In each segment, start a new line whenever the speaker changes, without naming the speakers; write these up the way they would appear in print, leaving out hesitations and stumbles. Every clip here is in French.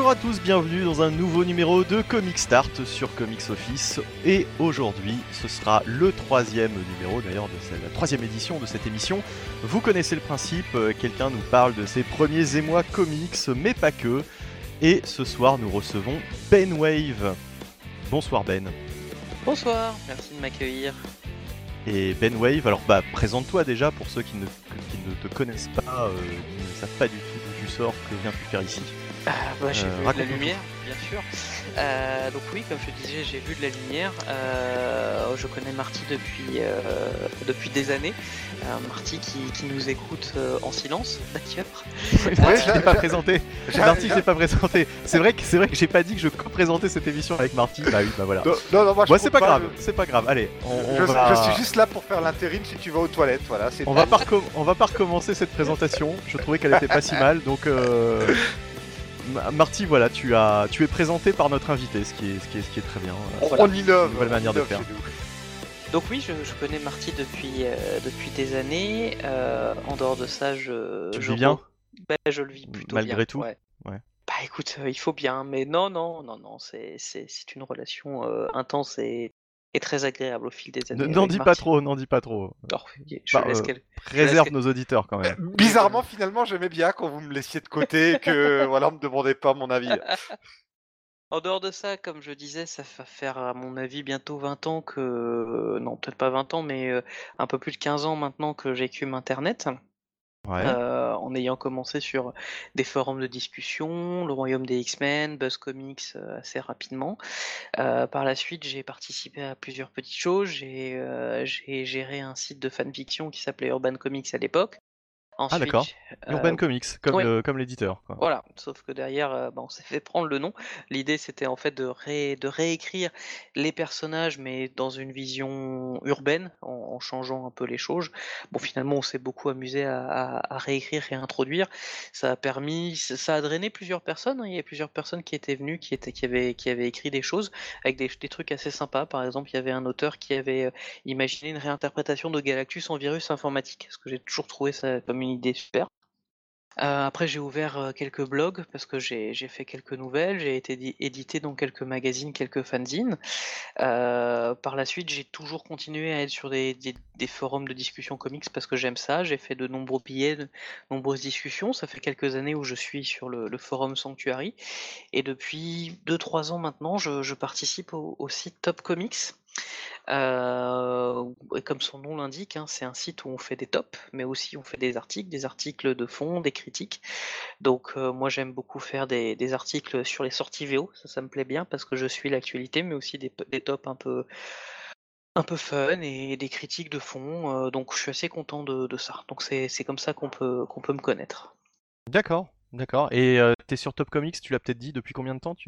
Bonjour à tous, bienvenue dans un nouveau numéro de Comic Start sur Comics Office. Et aujourd'hui, ce sera le troisième numéro, d'ailleurs, la troisième édition de cette émission. Vous connaissez le principe, quelqu'un nous parle de ses premiers émois comics, mais pas que. Et ce soir, nous recevons Ben Wave. Bonsoir Ben.
Bonsoir, merci de m'accueillir.
Et Ben Wave, alors présente-toi déjà pour ceux qui ne te connaissent pas, qui ne savent pas du tout d'où tu sors, que viens-tu faire ici.
J'ai vu de la lumière, bien sûr. Donc oui, comme je disais, j'ai vu de la lumière. Je connais Marty depuis des années. Marty qui nous écoute en silence, d'ailleurs.
Je t'ai pas présenté. Marty, je t'ai pas présenté. C'est vrai que j'ai pas dit que je co-présentais cette émission avec Marty. Bah oui, bah voilà.
Non, moi je
c'est pas grave. C'est pas grave. Allez,
je suis juste là pour faire l'intérim si tu vas aux toilettes. Voilà.
On va pas recommencer cette présentation. Je trouvais qu'elle était pas si mal, donc. Marty, voilà, tu es présenté par notre invité, ce qui est très bien.
On innove.
Une nouvelle manière de faire.
Donc oui, je connais Marty depuis des années. En dehors de ça,
tu le vis bien.
Je le vis plutôt
malgré
bien.
tout.
Ouais.
Ouais.
Bah écoute, il faut bien, mais non, c'est une relation intense et très agréable au fil des années.
N'en dis pas trop.
Non,
Préserve nos auditeurs quand même.
Bizarrement, finalement, j'aimais bien quand vous me laissiez de côté et que voilà, on me demandait pas mon avis.
En dehors de ça, comme je disais, ça va faire à mon avis bientôt 20 ans que... Non, peut-être pas 20 ans, mais un peu plus de 15 ans maintenant que j'écume Internet.
Ouais.
En ayant commencé sur des forums de discussion, le Royaume des X-Men, Buzz Comics assez rapidement. Par la suite, j'ai participé à plusieurs petites choses. J'ai géré un site de fanfiction qui s'appelait Urban Comics à l'époque. Ensuite,
d'accord. Urban Comics, comme,
oui.
comme l'éditeur. Quoi.
Voilà, sauf que derrière, on s'est fait prendre le nom. L'idée, c'était en fait de réécrire les personnages, mais dans une vision urbaine, en changeant un peu les choses. Bon, finalement, on s'est beaucoup amusé à réécrire et à introduire. Ça a drainé plusieurs personnes, hein. Il y a plusieurs personnes qui étaient venues, qui avaient écrit des choses avec des trucs assez sympas. Par exemple, il y avait un auteur qui avait imaginé une réinterprétation de Galactus en virus informatique, parce que j'ai toujours trouvé ça comme une idée super. Après j'ai ouvert, quelques blogs parce que j'ai fait quelques nouvelles, j'ai été édité dans quelques magazines, quelques fanzines. Par la suite, j'ai toujours continué à être sur des forums de discussion comics parce que j'aime ça. J'ai fait de nombreux billets, de nombreuses discussions. Ça fait quelques années où je suis sur le forum Sanctuary et depuis 2-3 ans maintenant, je participe au site Top Comics. Et comme son nom l'indique, hein, c'est un site où on fait des tops, mais aussi on fait des articles de fond, des critiques. Donc moi j'aime beaucoup faire des articles sur les sorties VO, ça me plaît bien parce que je suis l'actualité, mais aussi des tops un peu fun et des critiques de fond. Donc je suis assez content de ça. Donc c'est comme ça qu'on peut me connaître.
D'accord. Et t'es sur Top Comics, tu l'as peut-être dit, depuis combien de temps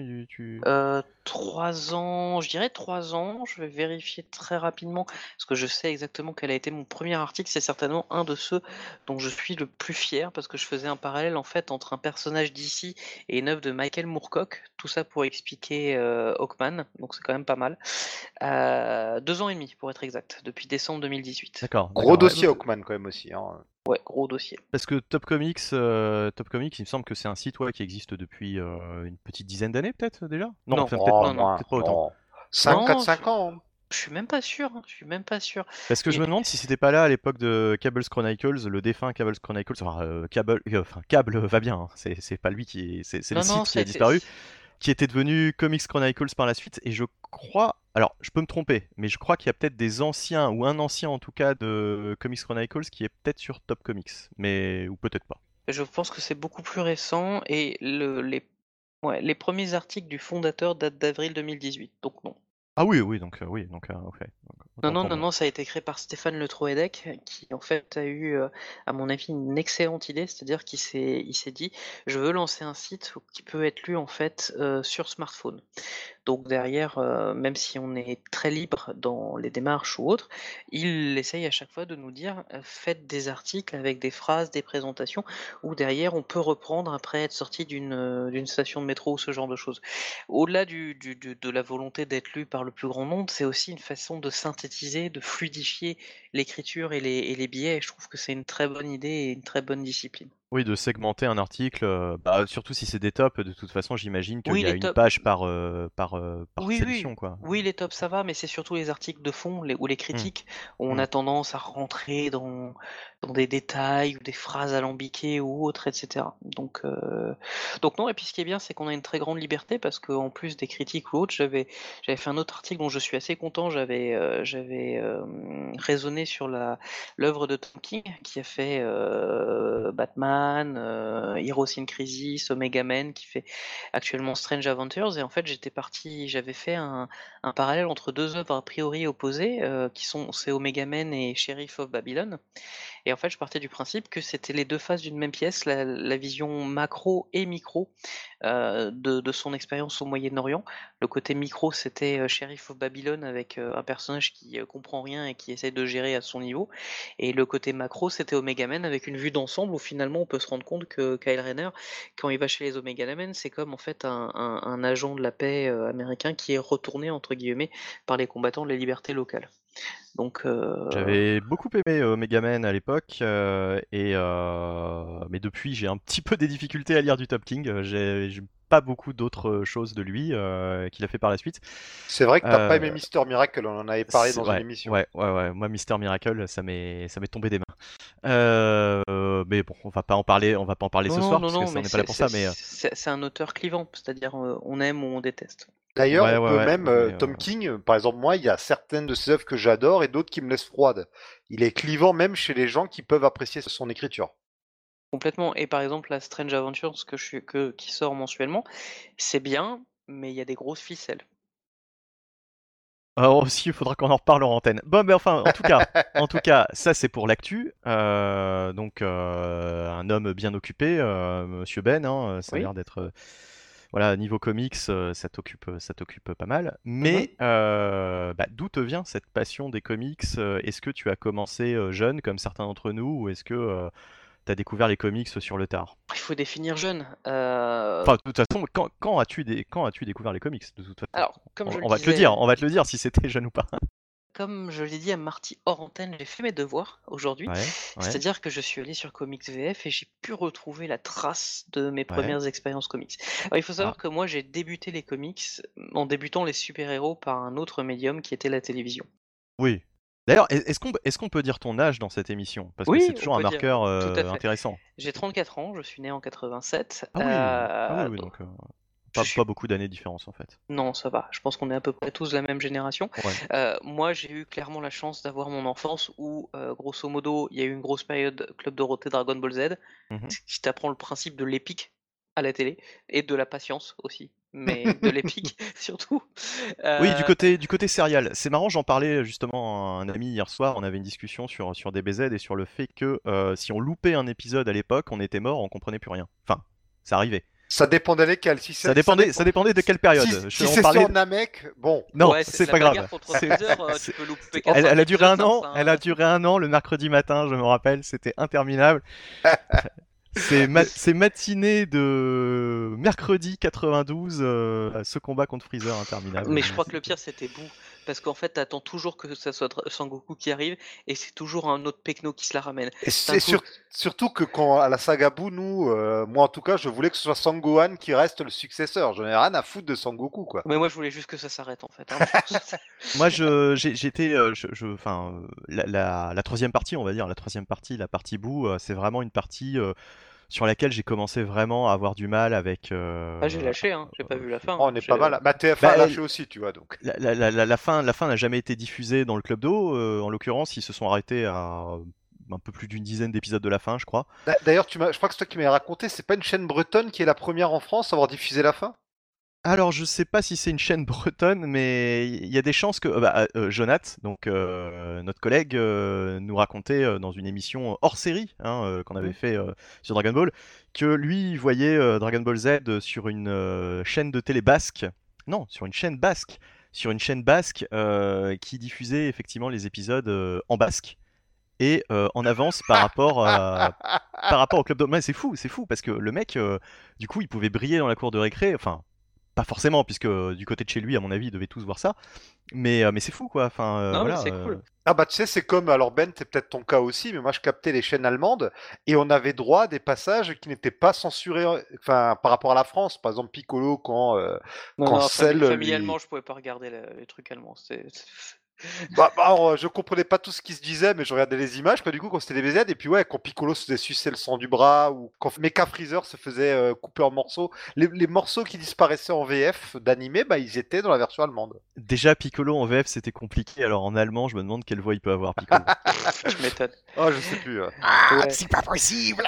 3 ans, je dirais 3 ans, je vais vérifier très rapidement, parce que je sais exactement quel a été mon premier article, c'est certainement un de ceux dont je suis le plus fier, parce que je faisais un parallèle en fait entre un personnage d'ici et une œuvre de Michael Moorcock, tout ça pour expliquer Hawkman, donc c'est quand même pas mal. 2 ans et demi pour être exact, depuis décembre 2018.
D'accord.
Gros dossier Hawkman quand même aussi. Hein.
Ouais, gros dossier.
Parce que Top Comics, il me semble que c'est un site qui existe depuis une petite dizaine d'années peut-être déjà.
Non.
Enfin, peut-être
non.
peut-être pas autant.
4-5 ans.
Je suis même pas sûr.
Parce que je me demande si c'était pas là à l'époque de Cables Chronicles, le défunt Cables Chronicles. Enfin, Cable va bien, hein. C'est pas lui c'est le site qui a disparu, qui était devenu Comics Chronicles par la suite. Et je crois, alors je peux me tromper, mais je crois qu'il y a peut-être des anciens, ou un ancien en tout cas de Comics Chronicles qui est peut-être sur Top Comics, mais ou peut-être pas.
Je pense que c'est beaucoup plus récent et les premiers articles du fondateur datent d'avril 2018, donc non.
Ah oui, donc ok. Donc,
Non, ça a été créé par Stéphane Le Troedec, qui en fait a eu, à mon avis, une excellente idée, c'est-à-dire il s'est dit: «Je veux lancer un site qui peut être lu en fait, sur smartphone». Donc derrière, même si on est très libre dans les démarches ou autres, il essaye à chaque fois de nous dire, «Faites des articles avec des phrases, des présentations où derrière on peut reprendre après être sorti d'une station de métro» ou ce genre de choses. Au-delà de la volonté d'être lu par le plus grand nombre, c'est aussi une façon de synthétiser, de fluidifier l'écriture et les billets et je trouve que c'est une très bonne idée et une très bonne discipline.
Oui, de segmenter un article, surtout si c'est des tops, de toute façon, j'imagine qu'il
Oui,
y a
les
une
tops.
page par
Oui, oui,
sélection, quoi.
oui, les tops ça va, mais c'est surtout les articles de fond ou les
Mmh,
critiques où on
mmh.
a tendance à rentrer dans des détails ou des phrases alambiquées ou autres, etc. Donc non, et puis ce qui est bien, c'est qu'on a une très grande liberté parce qu'en plus des critiques ou autres, j'avais fait un autre article dont je suis assez content. J'avais raisonné sur l'œuvre de Tom King qui a fait Batman, Heroes in Crisis, Omega Men, qui fait actuellement Strange Adventures, et en fait j'avais fait un parallèle entre deux œuvres a priori opposées, c'est Omega Men et Sheriff of Babylon. Et en fait, je partais du principe que c'était les deux faces d'une même pièce, la vision macro et micro de son expérience au Moyen-Orient. Le côté micro, c'était Sheriff of Babylon avec un personnage qui comprend rien et qui essaie de gérer à son niveau. Et le côté macro, c'était Omega Men avec une vue d'ensemble où finalement on peut se rendre compte que Kyle Rayner, quand il va chez les Omega Men, c'est comme en fait un agent de la paix américain qui est retourné entre guillemets par les combattants de la liberté locale. Donc
J'avais beaucoup aimé Megaman à l'époque, mais depuis j'ai un petit peu des difficultés à lire du Top King. J'ai pas beaucoup d'autres choses de lui qu'il a fait par la suite.
C'est vrai que t'as pas aimé
Euh,
Mister Miracle, on en avait parlé dans une
ouais,
émission.
ouais. Moi, Mister Miracle, ça m'est tombé des mains. Mais bon, on va pas en parler
non,
ce
non,
soir
non,
parce que
non,
on
mais
n'est pas là pour ça. Mais
c'est un auteur clivant, c'est-à-dire on aime ou on déteste.
D'ailleurs, on peut
ouais.
même,
Mais,
Tom King, par exemple, moi, il y a certaines de ses œuvres que j'adore et d'autres qui me laissent froide. Il est clivant même chez les gens qui peuvent apprécier son écriture.
Complètement. Et par exemple, la Strange Adventures qui sort mensuellement, c'est bien, mais il y a des grosses ficelles.
alors aussi, il faudra qu'on en reparle en antenne. Bon, mais enfin, en tout cas, ça c'est pour l'actu. Donc, un homme bien occupé, Monsieur Ben. Hein, ça a
Oui.
l'air d'être, voilà, niveau comics, ça t'occupe pas mal.
Mhm.
Mais d'où te vient cette passion des comics? Est-ce que tu as commencé jeune, comme certains d'entre nous, ou est-ce que tu as découvert les comics sur le tard?
Il faut définir jeune.
Enfin, de toute façon, quand as-tu découvert les comics, de toute façon?
Alors, comme je le
On va te le dire,
disais,
on va te le dire si c'était jeune ou pas.
comme je l'ai dit à Marty hors antenne, j'ai fait mes devoirs aujourd'hui.
Ouais, ouais,
C'est-à-dire que je suis allé sur Comics VF et j'ai pu retrouver la trace de mes
ouais.
premières expériences comics. Alors, il faut
Ah.
savoir que moi, j'ai débuté les comics en débutant les super-héros par un autre médium qui était la télévision.
Oui. D'ailleurs, est-ce qu'on peut dire ton âge dans cette émission? Parce que c'est
Oui, on
toujours un
peut dire,
marqueur
tout à fait.
intéressant.
J'ai 34 ans, je suis né en 87.
Oui, donc
Je
pas
suis
beaucoup d'années de différence en fait.
Non, ça va. Je pense qu'on est à peu près tous de la même génération.
Ouais.
Moi, j'ai eu clairement la chance d'avoir mon enfance où, grosso modo, il y a eu une grosse période Club Dorothée, Dragon Ball Z,
Mhm.
qui t'apprend le principe de l'épique à la télé et de la patience aussi, mais de l'épique surtout.
Oui,
Heu,
du côté serial. C'est marrant, j'en parlais justement à un ami hier soir. On avait une discussion sur DBZ et sur le fait que si on loupait un épisode à l'époque, on était mort, on comprenait plus rien. Enfin, ça arrivait.
Ça dépendait lesquels.
Ça dépendait de quelle période.
Si
On
c'est
parlait.
sur Namek, bon.
Non,
ouais,
c'est
la
pas grave.
bagarre contre Freezer, tu
c'est-
peux louper 4-5
Elle a duré
épisodes,
un an.
ça,
Elle a duré un an le mercredi matin, je me rappelle. C'était interminable. Ces matinées de mercredi 92, ce combat contre Freezer interminable.
Mais je crois que le pire c'était Boo, parce qu'en fait t'attends toujours que ça soit Sangoku qui arrive, et c'est toujours un autre Pecno qui se la ramène.
Et
D'un
c'est
coup,
surtout que quand à la saga Buu, nous, moi en tout cas, je voulais que ce soit Sangohan qui reste le successeur. J'en ai rien à foutre de Sangoku, quoi.
mais moi je voulais juste que ça s'arrête en fait, hein.
Moi, j'étais, enfin, la troisième partie, on va dire, la partie bout, c'est vraiment une partie sur laquelle j'ai commencé vraiment à avoir du mal avec.
Ah, j'ai lâché, hein, j'ai pas vu la fin,
Oh,
hein.
on est pas mal. Bah, TF1
Bah,
a lâché aussi, tu vois, donc.
la fin n'a jamais été diffusée dans le Club d'eau. En l'occurrence, ils se sont arrêtés à un peu plus d'une dizaine d'épisodes de la fin, je crois.
D'ailleurs, je crois que c'est toi qui m'avais raconté, c'est pas une chaîne bretonne qui est la première en France à avoir diffusé la fin?
Alors, je sais pas si c'est une chaîne bretonne, mais il y a des chances que Jonath, donc notre collègue, nous racontait dans une émission hors série hein, qu'on avait
Mm.
fait sur Dragon Ball, que lui il voyait Dragon Ball Z sur une chaîne de télé basque, non, sur une chaîne basque qui diffusait effectivement les épisodes en basque et en avance par rapport au Club Dome. Ouais, c'est fou parce que le mec, du coup, il pouvait briller dans la cour de récré, enfin pas forcément, puisque du côté de chez lui, à mon avis, ils devaient tous voir ça. Mais c'est fou, quoi. Enfin,
Non, mais
voilà.
c'est cool.
Ah bah tu sais, c'est comme, alors Ben, c'est peut-être ton cas aussi, mais moi je captais les chaînes allemandes et on avait droit à des passages qui n'étaient pas censurés, enfin par rapport à la France. Par exemple Piccolo quand
Non,
Cell
familialement,
lui...
je pouvais pas regarder les trucs allemands.
Alors, je comprenais pas tout ce qui se disait, mais je regardais les images, quoi, du coup, quand c'était des BZ, et puis ouais, quand Piccolo se faisait sucer le sang du bras, ou quand Mecha Freezer se faisait couper en morceaux, les morceaux qui disparaissaient en VF d'animé, bah, ils étaient dans la version allemande.
Déjà, Piccolo en VF, c'était compliqué. Alors en allemand, je me demande quelle voix il peut avoir, Piccolo.
Tu m'étonnes.
Oh, je sais plus.
Ouais.
C'est pas possible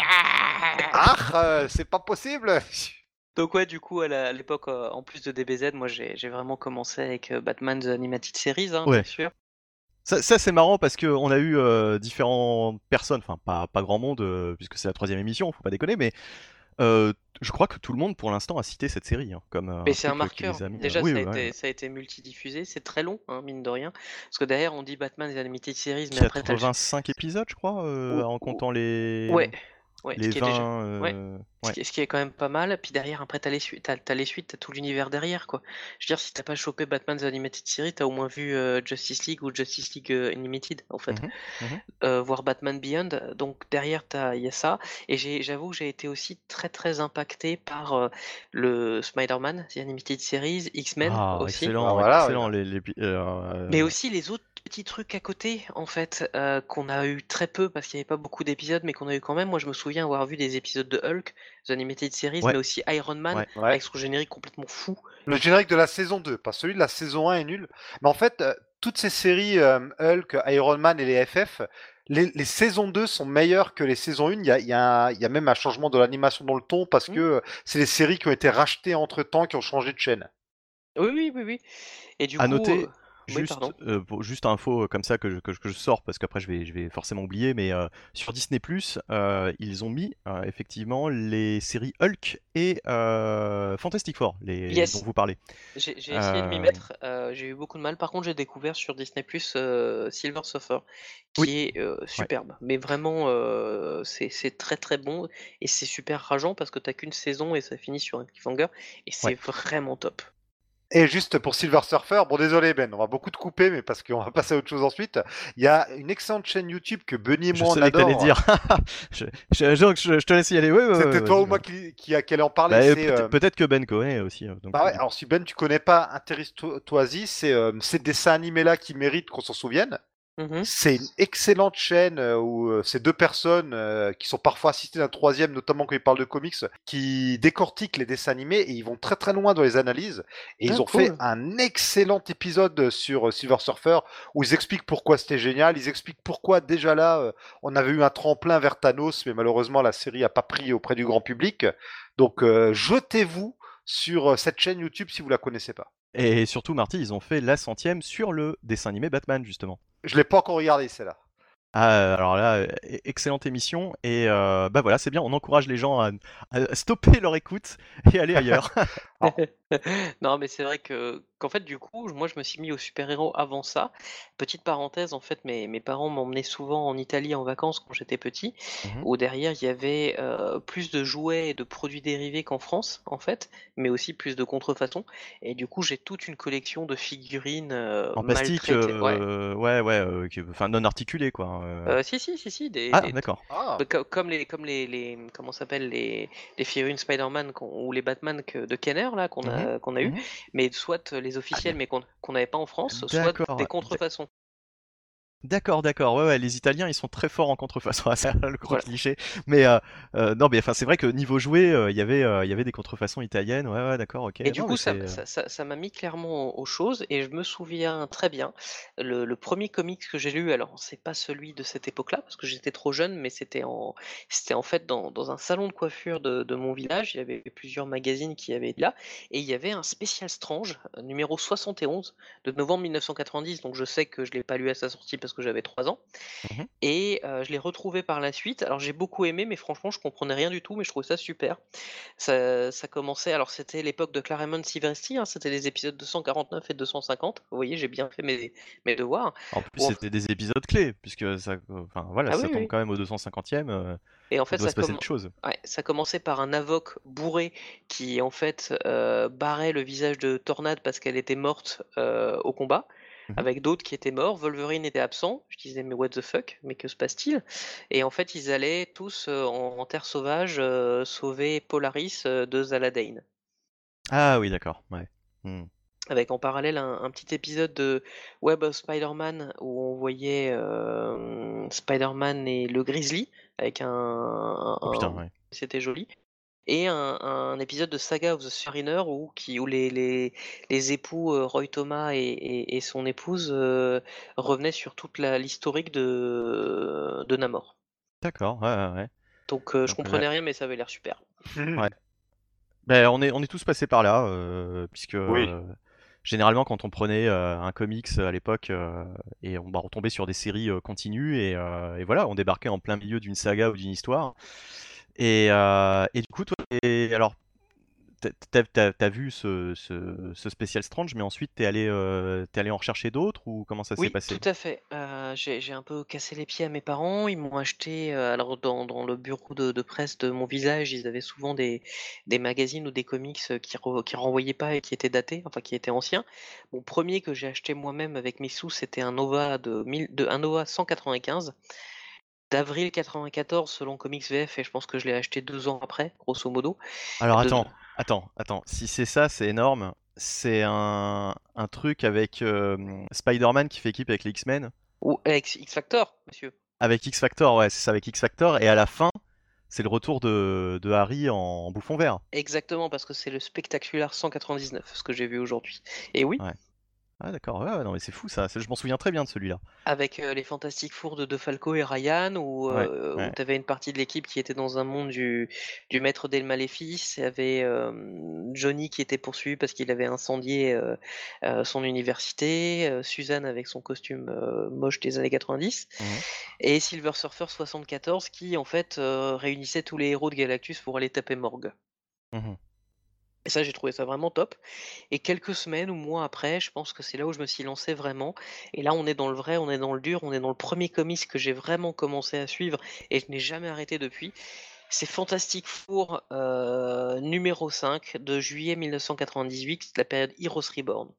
c'est pas possible
Donc ouais, du coup, à l'époque, en plus de DBZ, moi j'ai vraiment commencé avec Batman The Animated Series, hein,
Ouais.
bien sûr.
Ça c'est marrant parce qu'on a eu différentes personnes, enfin pas grand monde, puisque c'est la 3e émission, faut pas déconner, mais je crois que tout le monde pour l'instant a cité cette série comme
Mais
un
c'est un
truc qui
marqueur.
les a mis.
Déjà,
Oui,
ça a été multidiffusé. C'est très long, hein, mine de rien. Parce que derrière, on dit Batman The Animated Series, mais après, t'as
85 épisodes, je crois, en comptant les
Ouais, ce
les
qui est déjà.
20.
Ouais.
Ouais.
Ce qui est quand même pas mal. Puis derrière, après, t'as les suites, t'as tout l'univers derrière, quoi. Je veux dire, si t'as pas chopé Batman The Animated Series, t'as au moins vu Justice League ou Justice League Unlimited, en fait. Voir Batman Beyond. Donc derrière, il y a ça. Et j'avoue que j'ai été aussi très très impacté par le Spider-Man The Animated Series, X-Men
Ah,
aussi.
excellent,
voilà,
excellent.
Mais aussi les autres petits trucs à côté, en fait, qu'on a eu très peu parce qu'il n'y avait pas beaucoup d'épisodes, mais qu'on a eu quand même. Moi, je me souviens avoir vu des épisodes de Hulk, The Animated Series,
Ouais.
mais aussi Iron Man,
Ouais.
Ouais.
avec son générique complètement fou.
Le générique de la saison 2, pas celui de la saison 1 est nul. Mais en fait, toutes ces séries Hulk, Iron Man et les FF, les saisons 2 sont meilleures que les saisons 1. Il y a même un changement de l'animation dans le ton parce que c'est des séries qui ont été rachetées entre-temps, qui ont changé de chaîne.
Oui. Et du
À
coup,
noter,
oui, pardon.
juste info comme ça que je sors parce qu'après je vais forcément oublier, mais sur Disney+, ils ont mis effectivement les séries Hulk et Fantastic Four,
Yes.
dont vous parlez.
J'ai essayé de m'y mettre, j'ai eu beaucoup de mal. Par contre, j'ai découvert sur Disney+, Silver Surfer, qui est superbe. Mais vraiment, c'est très très bon et c'est super rageant parce que t'as qu'une saison et ça finit sur un cliffhanger et c'est vraiment top.
Et juste pour Silver Surfer, bon désolé Ben, on va beaucoup te couper, mais parce qu'on va passer à autre chose ensuite. Il y a une excellente chaîne YouTube que Benny et
Je
moi on
savais que t'allais
adore.
dire. je te laisse y aller.
C'était toi ou moi qui allait en parler.
Peut-être que Ben connaît aussi. Donc,
Bah ouais, alors si Ben tu connais pas, intéresse-toi-y, c'est ces dessins animés là qui méritent qu'on s'en souvienne. C'est une excellente chaîne où ces deux personnes qui sont parfois assistées d'un troisième, notamment quand ils parlent de comics, qui décortiquent les dessins animés et ils vont très très loin dans les analyses. Et ils ont fait un excellent épisode sur Silver Surfer où ils expliquent pourquoi c'était génial, ils expliquent pourquoi déjà là on avait eu un tremplin vers Thanos, mais malheureusement la série a pas pris auprès du grand public. Donc jetez-vous sur cette chaîne YouTube si vous la connaissez pas.
Et surtout, Marty, ils ont fait la 100e sur le dessin animé Batman, justement.
Je l'ai pas encore regardé celle-là.
Ah, alors là, excellente émission. Et bah voilà, c'est bien, on encourage les gens à stopper leur écoute et aller ailleurs.
Non, mais c'est vrai qu'en fait, du coup, moi, je me suis mis aux super-héros avant ça. Petite parenthèse, en fait, mes parents m'emmenaient souvent en Italie en vacances quand j'étais petit, où derrière, il y avait plus de jouets et de produits dérivés qu'en France, en fait, mais aussi plus de contrefaçons. Et du coup, j'ai toute une collection de figurines
En plastique,
maltraitées.
enfin non articulé, quoi.
Si,
Ah, d'accord.
comme comment s'appelle les figurines Spider-Man ou les Batman de Kenner là qu'on a eu, mais soit les officiels mais qu'on n'avait pas en France, soit des contrefaçons.
D'accord, ouais, les Italiens ils sont très forts en contrefaçon, c'est le gros cliché. Mais non, mais enfin c'est vrai que niveau jouet, il y avait des contrefaçons italiennes, ouais, d'accord, ok.
Et du
Non,
coup,
mais
ça m'a mis clairement aux choses, et je me souviens très bien, le premier comics que j'ai lu, alors c'est pas celui de cette époque-là, parce que j'étais trop jeune, mais c'était en fait dans un salon de coiffure de mon village, il y avait plusieurs magazines qui avaient là, et il y avait un spécial Strange, numéro 71, de novembre 1990, donc je sais que je l'ai pas lu à sa sortie parce parce que j'avais 3 ans.
Mmh.
Et je l'ai retrouvé par la suite. Alors j'ai beaucoup aimé, mais franchement, je comprenais rien du tout, mais je trouvais ça super. Ça commençait alors c'était l'époque de Claremont Severity, hein, c'était les épisodes 249 et 250. Vous voyez, j'ai bien fait mes devoirs.
En plus,
Où en f
c'était des épisodes clés puisque ça enfin voilà,
Ah
si ça
oui,
tombe
oui.
quand même au 250e,
Et en
il
fait,
doit se passer des choses.
ça commençait par un avoc bourré qui, en fait, barrait le visage de Tornade parce qu'elle était morte, au combat,
Mmh.
avec d'autres qui étaient morts. Wolverine était absent. Je disais: «Mais what the fuck? Mais que se passe-t-il?» Et en fait, ils allaient tous, en terre sauvage, sauver Polaris, de Zaladane.
Ah oui, d'accord, ouais. Mmh.
Avec en parallèle un petit épisode de Web of Spider-Man où on voyait, Spider-Man et le Grizzly avec
Oh putain, ouais.
c'était joli. Et un épisode de Saga of the Submariner où les époux, Roy Thomas et son épouse, revenaient sur toute l'historique de Namor.
D'accord, ouais, ouais, ouais.
Donc je
Donc là
comprenais rien, mais ça avait l'air super.
ouais. Beh, on est tous passés par là, puisque,
Oui.
généralement quand on prenait, un comics, à l'époque, et on tombait sur des séries, continues et voilà, on débarquait en plein milieu d'une saga ou d'une histoire et du coup toi et alors tu as vu ce Spécial Strange, mais ensuite tu allé en rechercher d'autres ou comment ça s'est
Oui,
passé?
tout à fait. J'ai un peu cassé les pieds à mes parents. Ils m'ont acheté, alors dans le bureau de presse de mon village, ils avaient souvent des magazines ou des comics, qui renvoyaient pas et qui étaient datés, enfin qui étaient anciens. Mon premier que j'ai acheté moi-même avec mes sous, c'était un Nova 195 d'avril 94 selon Comics VF et je pense que je l'ai acheté 2 ans après, grosso modo.
Alors
De
attends, si c'est ça, c'est énorme. C'est un truc avec, Spider-Man qui fait équipe avec les X-Men?
ou X Factor, monsieur.
Avec X-Factor, ouais, c'est ça, avec X-Factor et à la fin, c'est le retour de Harry en bouffon vert.
Exactement, parce que c'est le Spectacular 199, ce que j'ai vu aujourd'hui. Et oui,
Ouais. Ah d'accord, ouais, ouais, non mais c'est fou ça, je m'en souviens très bien de celui-là.
avec, les Fantastiques Four de Falco et Ryan
Ouais,
où
ouais.
tu avais une partie de l'équipe qui était dans un monde du Maître des Maléfices. Il y avait, Johnny qui était poursuivi parce qu'il avait incendié, son université, Suzanne avec son costume, moche des années 90
Mmh.
et Silver Surfer 74 qui en fait, réunissait tous les héros de Galactus pour aller taper Morgue.
Mmh.
Et ça, j'ai trouvé ça vraiment top. Et quelques semaines ou mois après, je pense que c'est là où je me suis lancé vraiment. Et là, on est dans le vrai, on est dans le dur, on est dans le premier comics que j'ai vraiment commencé à suivre et je n'ai jamais arrêté depuis. C'est Fantastic Four numéro 5 de juillet 1998, la période Heroes Reborn.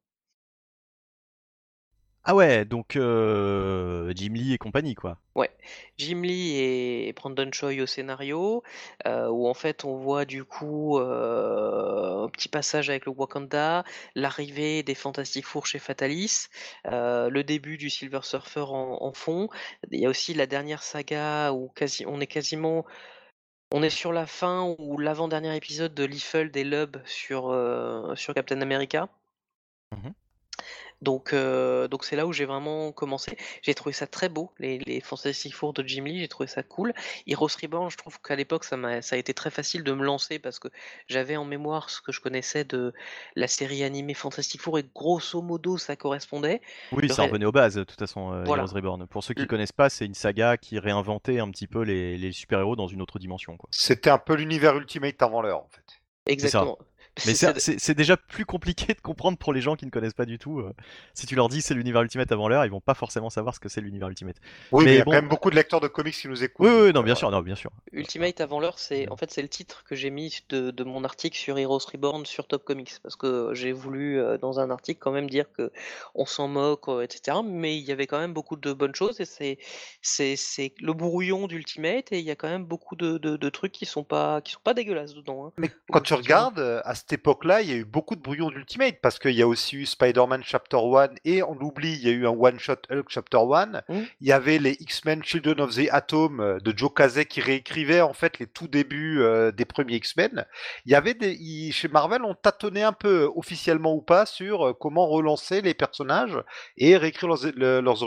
Ah ouais, donc Jim Lee et compagnie quoi?
Ouais, Jim Lee et Brandon Choi au scénario, où en fait on voit du coup, un petit passage avec le Wakanda, l'arrivée des Fantastic Four chez Fatalis, le début du Silver Surfer en fond. Il y a aussi la dernière saga où on est sur la fin ou l'avant-dernier épisode de Liefeld et Lubb sur Captain America.
Mmh.
Donc c'est là où j'ai vraiment commencé. J'ai trouvé ça très beau, les Fantastic Four de Jim Lee, j'ai trouvé ça cool. Heroes Reborn, je trouve qu'à l'époque, ça a été très facile de me lancer parce que j'avais en mémoire ce que je connaissais de la série animée Fantastic Four et grosso modo, ça correspondait.
Oui,
Le
ça
ré
revenait aux bases de toute façon, Heroes
Voilà,
Reborn. Pour ceux qui
L-
connaissent pas, c'est une saga qui réinventait un petit peu les super-héros dans une autre dimension quoi.
C'était un peu l'univers Ultimate avant l'heure, en fait.
C'est ça.
exactement.
Mais
C'est
c'est déjà plus compliqué de comprendre pour les gens qui ne connaissent pas du tout. Si tu leur dis c'est l'univers Ultimate avant l'heure, ils vont pas forcément savoir ce que c'est l'univers Ultimate.
Oui, mais il y
Mais
a quand
bon,
même beaucoup de lecteurs de comics qui nous
oui,
écoutent,
oui,
donc
oui, non, bien
voilà.
sûr, non, bien sûr.
Ultimate avant l'heure, c'est le titre que j'ai mis de mon article sur Heroes Reborn sur Top Comics parce que j'ai voulu dans un article quand même dire que on s'en moque, etc. Mais il y avait quand même beaucoup de bonnes choses et c'est le brouillon d'Ultimate et il y a quand même beaucoup de trucs qui sont pas dégueulasses dedans, hein.
Mais quand tu
Objectivement.
regardes, à cette époque-là, il y a eu beaucoup de brouillons d'Ultimate, parce qu'il y a aussi eu Spider-Man Chapter 1, et on l'oublie, il y a eu un One-Shot Hulk Chapter 1.
Mmh.
Il y avait les X-Men Children of the Atom de Joe Casey qui réécrivait en fait les tout débuts des premiers X-Men. Il y avait chez Marvel, on tâtonnait un peu, officiellement ou pas, sur comment relancer les personnages et réécrire leurs origines.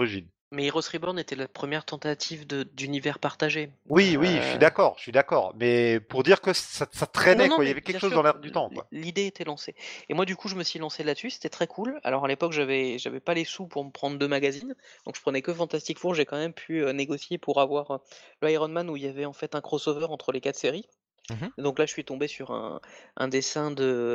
Mais Heroes Reborn était la première tentative d'univers partagé.
Oui, je suis d'accord. Mais pour dire que ça
Non,
traînait,
non,
quoi. Il y
mais
avait quelque
bien
chose dans
sûr,
l'air du temps, quoi.
l'idée était lancée. Et moi, du coup, je me suis lancé là-dessus, c'était très cool. Alors, à l'époque, j'avais pas les sous pour me prendre 2 magazines, donc je prenais que Fantastic Four. J'ai quand même pu, négocier pour avoir, le Iron Man où il y avait, en fait, un crossover entre les 4 séries.
Mhm.
Donc là, je suis tombé sur un dessin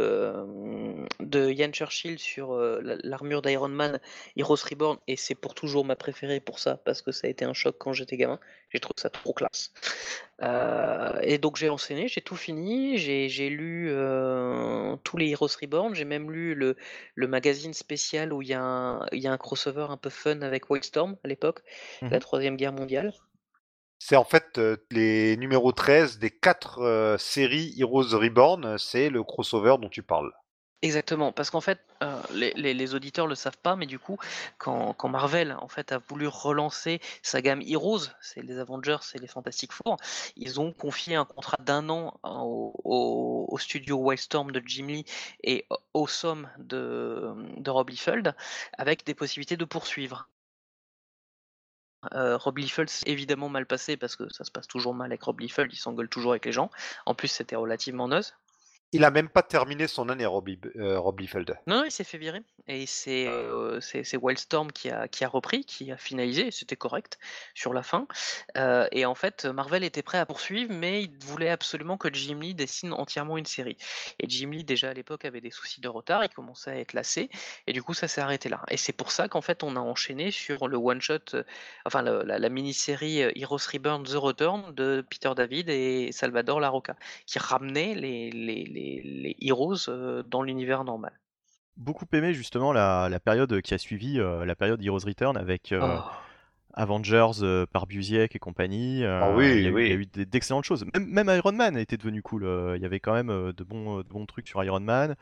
de Ian Churchill sur l'armure d'Iron Man, Heroes Reborn, et c'est pour toujours ma préférée pour ça, parce que ça a été un choc quand j'étais gamin. J'ai trouvé ça trop classe. Et donc j'ai enseigné, j'ai tout fini, j'ai lu tous les Heroes Reborn, j'ai même lu le magazine spécial où il y a un crossover un peu fun avec Wildstorm à l'époque, la
Mhm.
Troisième Guerre mondiale.
C'est en fait les numéros 13 des 4 séries Heroes Reborn, c'est le crossover dont tu parles.
Exactement, parce qu'en fait, les auditeurs le savent pas, mais du coup, quand Marvel en fait a voulu relancer sa gamme Heroes, c'est les Avengers et les Fantastic Four, ils ont confié un contrat d'1 an au studio Wildstorm de Jim Lee et au Somme de Rob Liefeld, avec des possibilités de poursuivre. Rob Liefeld, c'est évidemment mal passé parce que ça se passe toujours mal avec Rob Liefeld, il s'engueule toujours avec les gens. En plus, c'était relativement naze.
Il a même pas terminé son année, Rob Liefeld.
Non, non, il s'est fait virer et c'est Wildstorm qui a repris, qui a finalisé et c'était correct sur la fin, et en fait, Marvel était prêt à poursuivre, mais il voulait absolument que Jim Lee dessine entièrement une série et Jim Lee, déjà à l'époque, avait des soucis de retard, il commençait à être lassé et du coup, ça s'est arrêté là et c'est pour ça qu'en fait, on a enchaîné sur le one shot, enfin la mini-série, Heroes Reborn: The Return de Peter David et Salvador Larroca, qui ramenait les Heroes, dans l'univers normal.
Beaucoup aimé justement la période qui a suivi la période Heroes Return avec
Oh.
Avengers par Busiek et compagnie.
Ah
Il y
oui,
a eu, il y a
oui.
eu d'excellentes choses. Même Iron Man était devenu cool. Il y avait quand même de bons trucs sur Iron Man.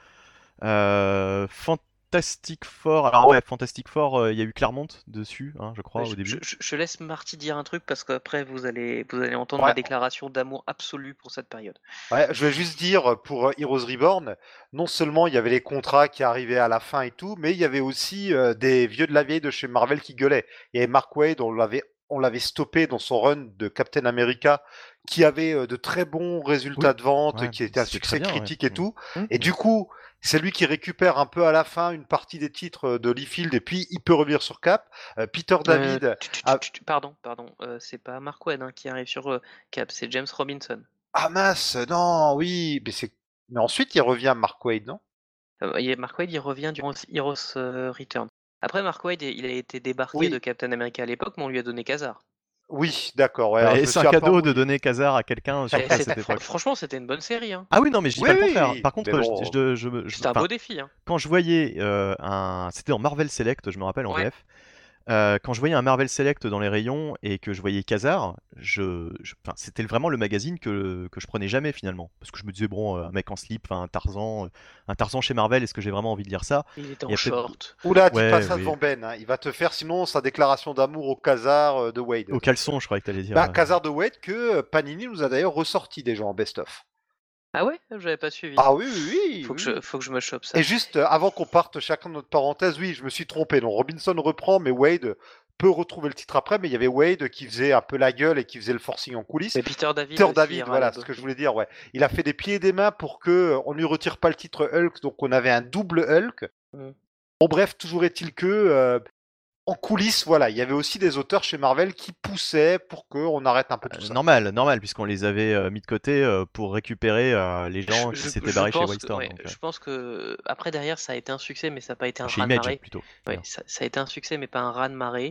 Fantastic Four. Alors ouais, Fantastic Four, il y a eu Claremont dessus, hein, je
Ouais,
crois, au début.
je laisse Marty dire un truc parce qu'après vous allez entendre ma
Ouais,
déclaration d'amour absolu pour cette période.
ouais, je vais juste dire pour Heroes Reborn, non seulement il y avait les contrats qui arrivaient à la fin et tout, mais il y avait aussi des vieux de la vieille de chez Marvel qui gueulaient. Il y avait Mark Waid, on l'avait stoppé dans son run de Captain America, qui avait de très bons résultats
Oui,
de vente,
ouais,
qui était un
c'était très
succès
bien, ouais.
critique et tout. Et
Mm.
du coup, c'est lui qui récupère un peu à la fin une partie des titres de Liefeld et puis il peut revenir sur Cap. Peter David,
Pardon, c'est pas Mark Waid, hein, qui arrive sur Cap, c'est James Robinson.
ah mince, non, oui, mais ensuite il revient Mark Waid, non?
Mark Waid, il revient durant Heroes Return. Après, Mark Waid, il a été débarqué de
Oui,
Captain America à l'époque, mais on lui a donné Khazar.
oui, d'accord, ouais, alors
Ouais,
je
et
me
c'est un
suis un peu
cadeau de
embrouillé.
donner Khazar à quelqu'un, surtout à cette époque.
Franchement, c'était une bonne série, hein.
Ah oui, non, mais je dis
Oui,
pas le
oui,
contraire.
oui,
Par
mais
contre,
bon,
C'était un
enfin,
beau défi, hein.
quand je voyais c'était en Marvel Select, je me rappelle en
Ouais.
VF. Quand je voyais un Marvel Select dans les rayons et que je voyais Khazar, enfin, c'était vraiment le magazine que je prenais jamais finalement. Parce que je me disais, bon, un mec en slip, enfin, un Tarzan chez Marvel, est-ce que j'ai vraiment envie de lire ça?
Il était
Il y
en
a peut-être.
short.
oula, dis pas
Ouais,
ça
oui.
devant Ben, hein, il va te faire sinon sa déclaration d'amour au Khazar de Wade.
Au caleçon, je croyais que t'allais dire.
Bah, Khazar de Wade que Panini nous a d'ailleurs ressorti déjà en best-of.
Ah ouais? J'avais pas suivi.
Ah oui, oui, oui,
Faut que
oui,
je,
oui.
faut que je me chope
Et
ça.
juste avant qu'on parte chacun de notre parenthèse, oui, je me suis trompé. Donc Robinson reprend, mais Wade peut retrouver le titre après. Mais il y avait Wade qui faisait un peu la gueule et qui faisait le forcing en coulisses.
Mais Peter David
Peter
aussi
David,
ira la
voilà ce que je voulais dire. Ouais, il a fait des pieds et des mains pour que on lui retire pas le titre Hulk, donc on avait un double Hulk.
Mm.
Bon bref, toujours est-il que en coulisses, voilà, il y avait aussi des auteurs chez Marvel qui poussaient pour qu'on arrête un peu tout ça.
Normal, puisqu'on les avait mis de côté pour récupérer les gens qui s'étaient
Je
barrés chez
pense que,
Wildstorm.
ouais,
Donc,
je pense que après derrière ça a été un succès, mais ça n'a pas été un
chez Image
raz-de-marée.
plutôt,
Ouais,
d'ailleurs.
ça a été un succès, mais pas un raz-de-marée.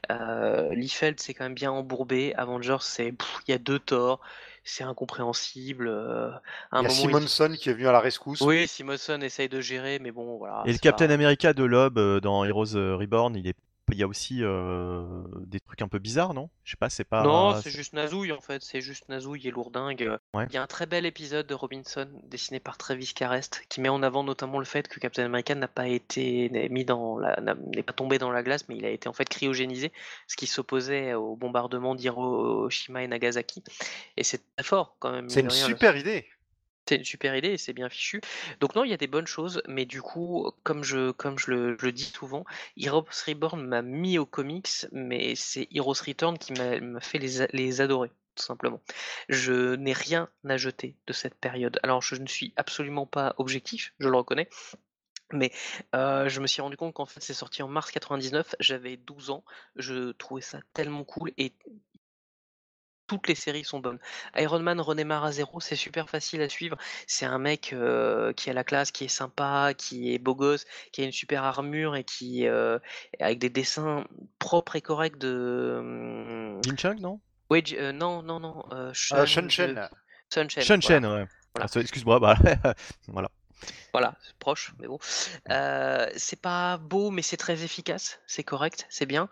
Liefeld c'est quand même bien embourbé. Avengers, il y a deux torts, c'est incompréhensible. À
Il
un
y a
moment,
Simonson qui est venu à la rescousse.
oui, Simonson essaye de gérer, mais bon, voilà,
Et le
c'est
Captain
pas.
America de Loeb dans Heroes Reborn, il y a aussi des trucs un peu bizarres, non? Je sais pas, c'est
Non,
pas.
c'est juste Nazouille en fait, c'est juste Nazouille et lourdingue.
Ouais.
Il y a un très bel épisode de Robinson dessiné par Travis Carest qui met en avant notamment le fait que Captain America n'a pas été n'est pas tombé dans la glace, mais il a été en fait cryogénisé, ce qui s'opposait au bombardement d'Hiroshima et Nagasaki. Et c'est très fort quand même,
C'est
mine
une
de rien.
super idée.
C'est une super idée et c'est bien fichu. Donc non, il y a des bonnes choses, mais du coup, comme je le dis souvent, Heroes Reborn m'a mis aux comics, mais c'est Heroes Return qui m'a fait les adorer, tout simplement. Je n'ai rien à jeter de cette période. Alors je ne suis absolument pas objectif, je le reconnais, mais je me suis rendu compte qu'en fait c'est sorti en mars 99, j'avais 12 ans, je trouvais ça tellement cool et toutes les séries sont bonnes. Iron Man redémarre à zéro, c'est super facile à suivre. C'est un mec, qui a la classe, qui est sympa, qui est beau gosse, qui a une super armure et qui, avec des dessins propres et corrects de,
Jin Chung, non?
ouais, non, non, non,
Shen Shen.
Sun voilà,
Shen, ouais.
voilà.
Excuse-moi, bah, voilà.
Voilà, c'est proche, mais bon. C'est pas beau, mais c'est très efficace, c'est correct, c'est bien.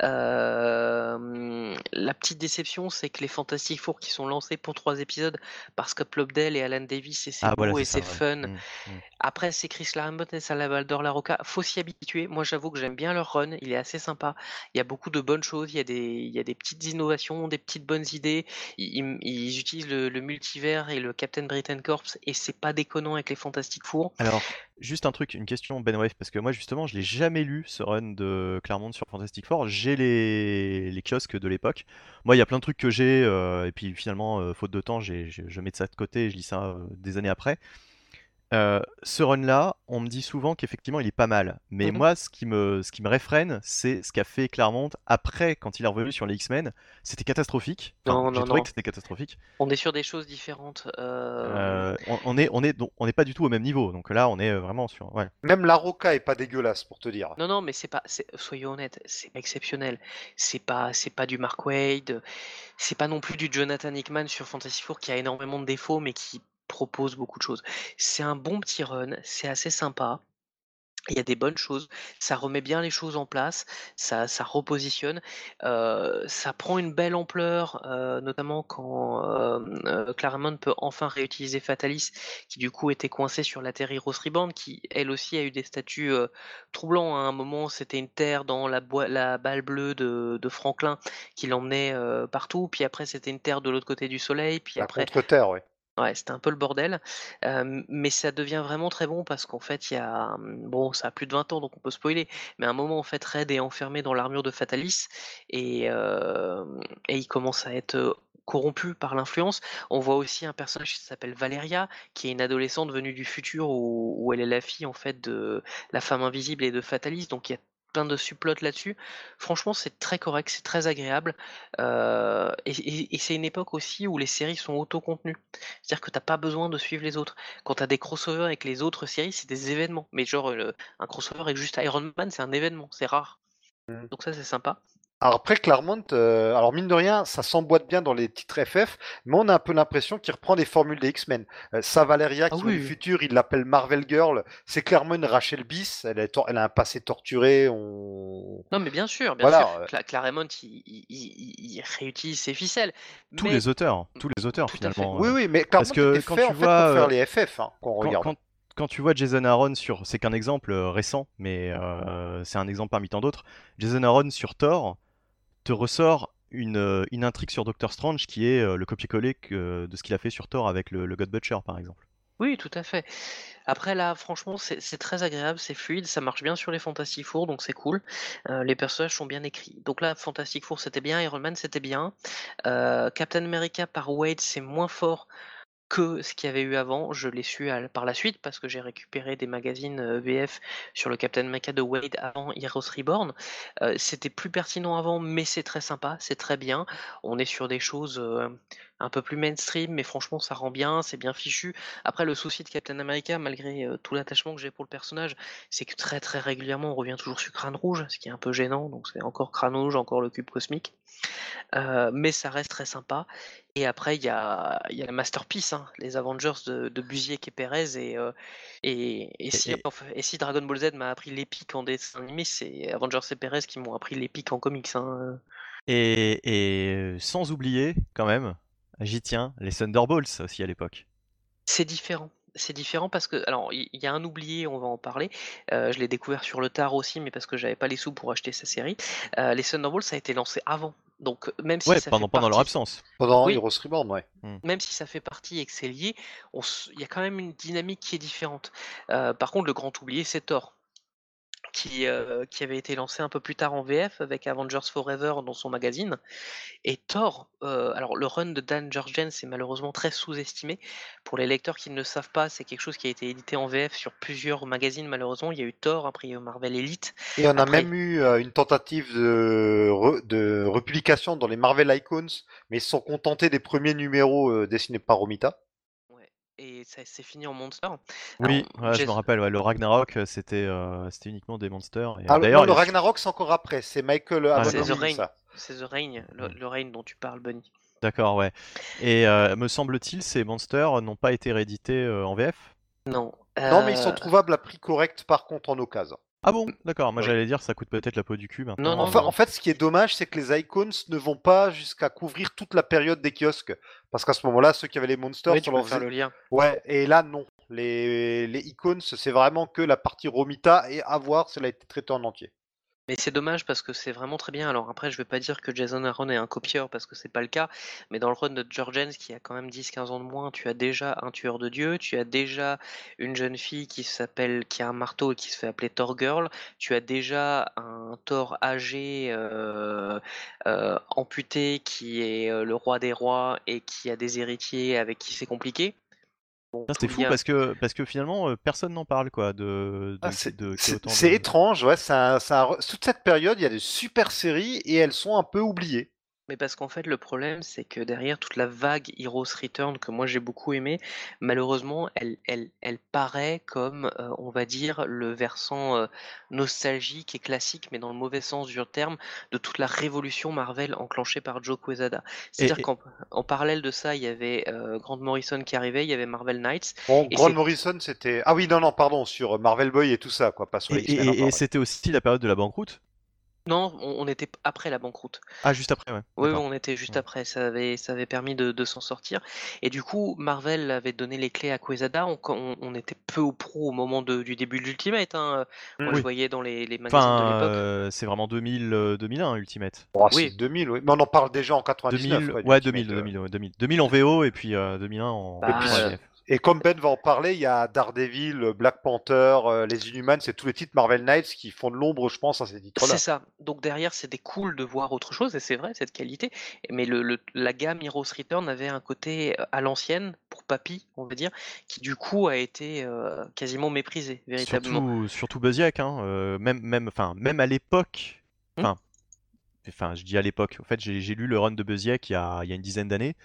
La petite déception, c'est que les Fantastic Four qui sont lancés pour 3 épisodes par Scott Lobdell et Alan Davis et c'est
Ah, voilà,
beau
c'est
et
ça,
c'est
ouais.
fun. Après, c'est Chris Claremont et Salvador Larroca. Faut s'y habituer. Moi, j'avoue que j'aime bien leur run. Il est assez sympa. Il y a beaucoup de bonnes choses. Il y a des petites innovations, des petites bonnes idées. Ils utilisent le multivers et le Captain Britain Corps et c'est pas déconnant avec les Fantastic Four.
Alors, juste un truc, une question, Ben Wave, parce que moi, justement, je l'ai jamais lu, ce run de Claremont sur Fantastic Four. J'ai les kiosques de l'époque. Moi, il y a plein de trucs que j'ai, et puis finalement, faute de temps, je mets de ça de côté et je lis ça des années après. Ce run-là, on me dit souvent qu'effectivement il est pas mal. Mais
Mhm.
moi, ce qui me réfrène, c'est ce qu'a fait Claremont après, quand il est revenu sur les X-Men. C'était catastrophique. Enfin,
Non,
j'ai
non,
trouvé
non.
que c'était catastrophique.
On est sur des choses différentes.
On n'est pas du tout au même niveau. Donc là, on est vraiment sur. Ouais.
Même la Roca est pas dégueulasse pour te dire.
Non, non, mais c'est pas. Soyons honnêtes, c'est pas exceptionnel. C'est pas du Mark Waid. C'est pas non plus du Jonathan Hickman sur Fantasy Four qui a énormément de défauts, mais qui propose beaucoup de choses. C'est un bon petit run. C'est assez sympa. Il y a des bonnes choses, ça remet bien les choses en place, ça repositionne, ça prend une belle ampleur, notamment quand, Claremont peut enfin réutiliser Fatalis, qui du coup était coincée sur la Terre Heroes Reborn, qui elle aussi a eu des statuts, troublants, hein. À un moment, c'était une terre dans la balle bleue de Franklin qui l'emmenait, partout, puis après c'était une terre de l'autre côté du soleil, puis
La
après
contre-terre, ouais.
ouais, c'était un peu le bordel, mais ça devient vraiment très bon parce qu'en fait, il y a, bon, ça a plus de 20 ans, donc on peut spoiler, mais à un moment, en fait, Red est enfermé dans l'armure de Fatalis et il commence à être, corrompu par l'influence. On voit aussi un personnage qui s'appelle Valeria, qui est une adolescente venue du futur où elle est la fille, en fait, de la femme invisible et de Fatalis, donc il y a plein de subplots là-dessus. Franchement, c'est très correct, c'est très agréable, et c'est une époque aussi où les séries sont autocontenues. C'est-à-dire que t'as pas besoin de suivre les autres. Quand t'as des crossovers avec les autres séries, c'est des événements. Mais genre, un crossover avec juste Iron Man, c'est un événement, c'est rare.
Mm.
Donc ça, c'est sympa.
Alors après, Claremont, alors mine de rien, ça s'emboîte bien dans les titres FF, mais on a un peu l'impression qu'il reprend des formules des X-Men. Sa Valeria,
Ah
qui vient du
oui.
futur, il l'appelle Marvel Girl. C'est clairement une Rachel Biss. Elle a un passé torturé.
Non, mais bien sûr, bien sûr.
Voilà.
Claremont, il réutilise ses ficelles.
Tous
Mais
les auteurs,
tout à fait.
finalement.
Oui, oui, mais
Parce
Claremont
que
était
quand
fait
tu
en fait pour
vois,
faire les FF, hein, qu'on
quand,
regarde.
quand, quand tu vois Jason Aaron sur, c'est qu'un exemple récent, mais c'est un exemple parmi tant d'autres. Jason Aaron sur Thor te ressort une intrigue sur Doctor Strange qui est le copier-coller de ce qu'il a fait sur Thor avec le God Butcher, par exemple.
Oui, tout à fait. Après là, franchement, c'est très agréable, c'est fluide, ça marche bien sur les Fantastic Four, donc c'est cool. Les personnages sont bien écrits. Donc là, Fantastic Four, c'était bien, Iron Man, c'était bien. Captain America par Wade, c'est moins fort que ce qu'il y avait eu avant. Je l'ai su par la suite parce que j'ai récupéré des magazines VF sur le Captain America de Wade avant Heroes Reborn. C'était plus pertinent avant, mais c'est très sympa, c'est très bien. On est sur des choses un peu plus mainstream, mais franchement, ça rend bien, c'est bien fichu. Après, le souci de Captain America, malgré tout l'attachement que j'ai pour le personnage, c'est que très très régulièrement, on revient toujours sur Crâne Rouge, ce qui est un peu gênant. Donc c'est encore Crâne Rouge, encore le cube cosmique. Mais ça reste très sympa. Et après, il y a la masterpiece, hein, les Avengers de Busiek et Perez. Et
Et,
si,
et-
enfin, et si Dragon Ball Z m'a appris l'épique en dessin animé, c'est Avengers et Perez qui m'ont appris l'épique en comics, hein.
et sans oublier, quand même, j'y tiens, les Thunderbolts aussi à l'époque.
C'est différent. c'est différent parce que alors il y a un oublié, on va en parler. Je l'ai découvert sur le tard aussi, mais parce que j'avais pas les sous pour acheter sa série. Les Thunderbolts, ça a été lancé avant. Donc même si
Ouais,
ça fait
pendant leur
partie
absence.
Pendant
oui,
Heroes Reborn, ouais.
même si ça fait partie et que c'est lié, il y a quand même une dynamique qui est différente. Par contre, le grand oublié, c'est Thor. Qui avait été lancé un peu plus tard en VF avec Avengers Forever dans son magazine. Et Thor, alors le run de Dan Jurgens est malheureusement très sous-estimé. Pour les lecteurs qui ne le savent pas, c'est quelque chose qui a été édité en VF sur plusieurs magazines malheureusement. Il y a eu Thor, après il y a eu Marvel Elite,
Et on a
après
même eu une tentative de republication dans les Marvel Icons, mais ils se sont contentés des premiers numéros dessinés par Romita.
ouais, et ça s'est fini en Monster. Alors,
Oui, ouais, je me rappelle, ouais, le Ragnarok, c'était uniquement des monsters. Et,
Ah, non,
d'ailleurs,
le Ragnarok, c'est encore après. C'est Michael
Ah,
c'est
Avon
The
d'accord.
Oeming,
Reign,
ça.
c'est The Reign, le Reign dont tu parles, Bunny.
D'accord, ouais. Et me semble-t-il, ces monsters n'ont pas été réédités en VF?
Non,
Non, mais ils sont trouvables à prix correct, par contre, en occasion.
Ah bon? D'accord, moi
Oui.
j'allais dire ça coûte peut-être la peau du cul
Non,
maintenant.
non,
En
non.
fait, ce qui est dommage, c'est que les Icons ne vont pas jusqu'à couvrir toute la période des kiosques. Parce qu'à ce moment-là, ceux qui avaient les monsters,
Oui,
ça
tu peux
leur
faire
faisait...
le lien.
Ouais, et là, non. Les Icons, c'est vraiment que la partie Romita, et à voir si elle a été traitée en entier.
Mais c'est dommage parce que c'est vraiment très bien. Alors après, je vais pas dire que Jason Aaron est un copieur parce que c'est pas le cas, mais dans le run de Jurgens qui a quand même 10-15 ans de moins, tu as déjà un tueur de dieu, tu as déjà une jeune fille qui a un marteau et qui se fait appeler Thor Girl, tu as déjà un Thor âgé, amputé qui est le roi des rois et qui a des héritiers avec qui c'est compliqué. Bon,
C'est
tout le
fou
lien.
parce que finalement personne n'en parle quoi
Ah,
qu'il y ait autant
c'est
de.
étrange, ouais. Toute cette période, il y a de super séries et elles sont un peu oubliées.
Mais parce qu'en fait, le problème, c'est que derrière toute la vague Heroes Return que moi j'ai beaucoup aimé, malheureusement, elle paraît comme, on va dire, le versant nostalgique et classique, mais dans le mauvais sens du terme, de toute la révolution Marvel enclenchée par Joe Quesada. C'est-à-dire
Et,
qu'en parallèle de ça, il y avait Grant Morrison qui arrivait, il y avait Marvel Knights,
Bon,
et
Grant
c'est
Morrison, c'était... Ah oui, non, non, pardon, sur Marvel Boy et tout ça, quoi, pas sur les X-Men
et
encore, ouais.
c'était aussi la période de la banqueroute?
non, on était après la banqueroute.
Ah, juste après, ouais.
Oui, oui,
D'accord.
on était juste
Ouais.
après, ça avait permis de s'en sortir et du coup, Marvel avait donné les clés à Quesada, on était peu ou prou au moment du début de l'Ultimate, hein, moi je
Oui.
voyais dans les magazines de
Enfin,
l'époque.
c'est vraiment 2001 Ultimate.
Oh, c'est
Oui,
2000, oui. Mais on en parle déjà en 99,
2000,
quoi,
ouais, 2000,
d'Ultimate.
2000, ouais, 2000. 2000 en VO et puis 2001
Et
en,
puis,
bah,
en VF.
et comme Ben va en parler, il y a Daredevil, Black Panther, les Inhumans, c'est tous les titres Marvel Knights qui font de l'ombre, je pense, à ces
c'est
titres-là.
ça. Donc derrière, c'était cool de voir autre chose et c'est vrai, cette qualité, mais la gamme Heroes Return avait un côté, à l'ancienne, pour papy, on va dire, qui du coup a été, quasiment méprisé, véritablement.
Surtout Busiek, hein, même à l'époque.
Mmh?
Enfin, je dis à l'époque. En fait, j'ai lu le run de Busiek il y a une dizaine d'années.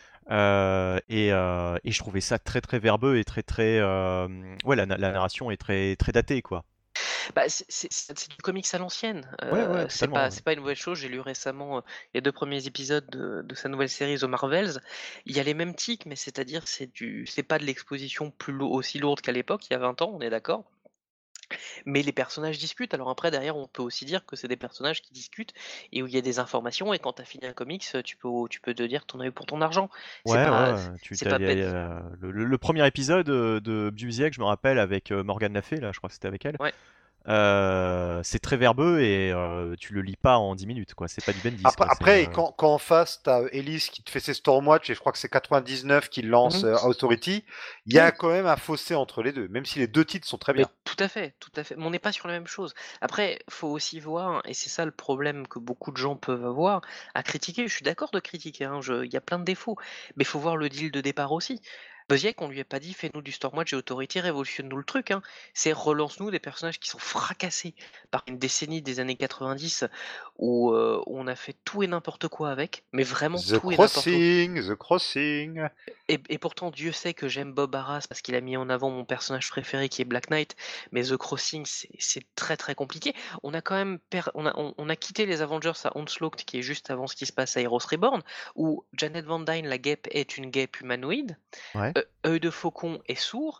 Et je trouvais ça très très verbeux et très très. Ouais, la narration est très très datée, quoi.
Bah, c'est du comics à l'ancienne,
Ouais, ouais, totalement.
c'est pas une nouvelle chose. J'ai lu récemment, les 2 premiers épisodes de sa nouvelle série The Marvels. Il y a les mêmes tics, mais c'est-à-dire c'est pas de l'exposition aussi lourde qu'à l'époque, il y a 20 ans, on est d'accord. Mais les personnages discutent. Alors après derrière, on peut aussi dire que c'est des personnages qui discutent et où il y a des informations et quand tu as fini un comics, tu peux te dire que tu en as eu pour ton argent. C'est
Ouais,
pas
ouais.
c'est pas bête.
Le premier épisode de Busiek, je me rappelle, avec Morgane Lafay, là, je crois que c'était avec elle.
Ouais.
C'est très verbeux et tu le lis pas en 10 minutes, quoi. C'est pas du Bendis, quoi.
Après, quand en face, t'as Ellis qui te fait ses Stormwatch, et je crois que c'est 99 qui lance
Mmh.
Authority, il y a quand même un fossé entre les deux, même si les deux titres sont très
Mais
bien.
tout à fait, tout à fait. Mais on n'est pas sur la même chose. Après, faut aussi voir, et c'est ça le problème que beaucoup de gens peuvent avoir, à critiquer. Je suis d'accord de critiquer, hein, il y a plein de défauts, mais faut voir le deal de départ aussi. Busiek, on lui a pas dit fais-nous du Stormwatch et Authority, révolutionne-nous le truc, hein. C'est relance-nous des personnages qui sont fracassés par une décennie des années 90 où on a fait tout et n'importe quoi avec, mais vraiment
The
tout et n'importe quoi.
Crossing, The Crossing.
Et pourtant, Dieu sait que j'aime Bob Arras parce qu'il a mis en avant mon personnage préféré qui est Black Knight, mais The Crossing, c'est très très compliqué. On a quand même on a quitté les Avengers à Onslaught, qui est juste avant ce qui se passe à Heroes Reborn, où Janet Van Dyne, la guêpe, est une guêpe humanoïde.
Ouais.
Œil de Faucon est sourd.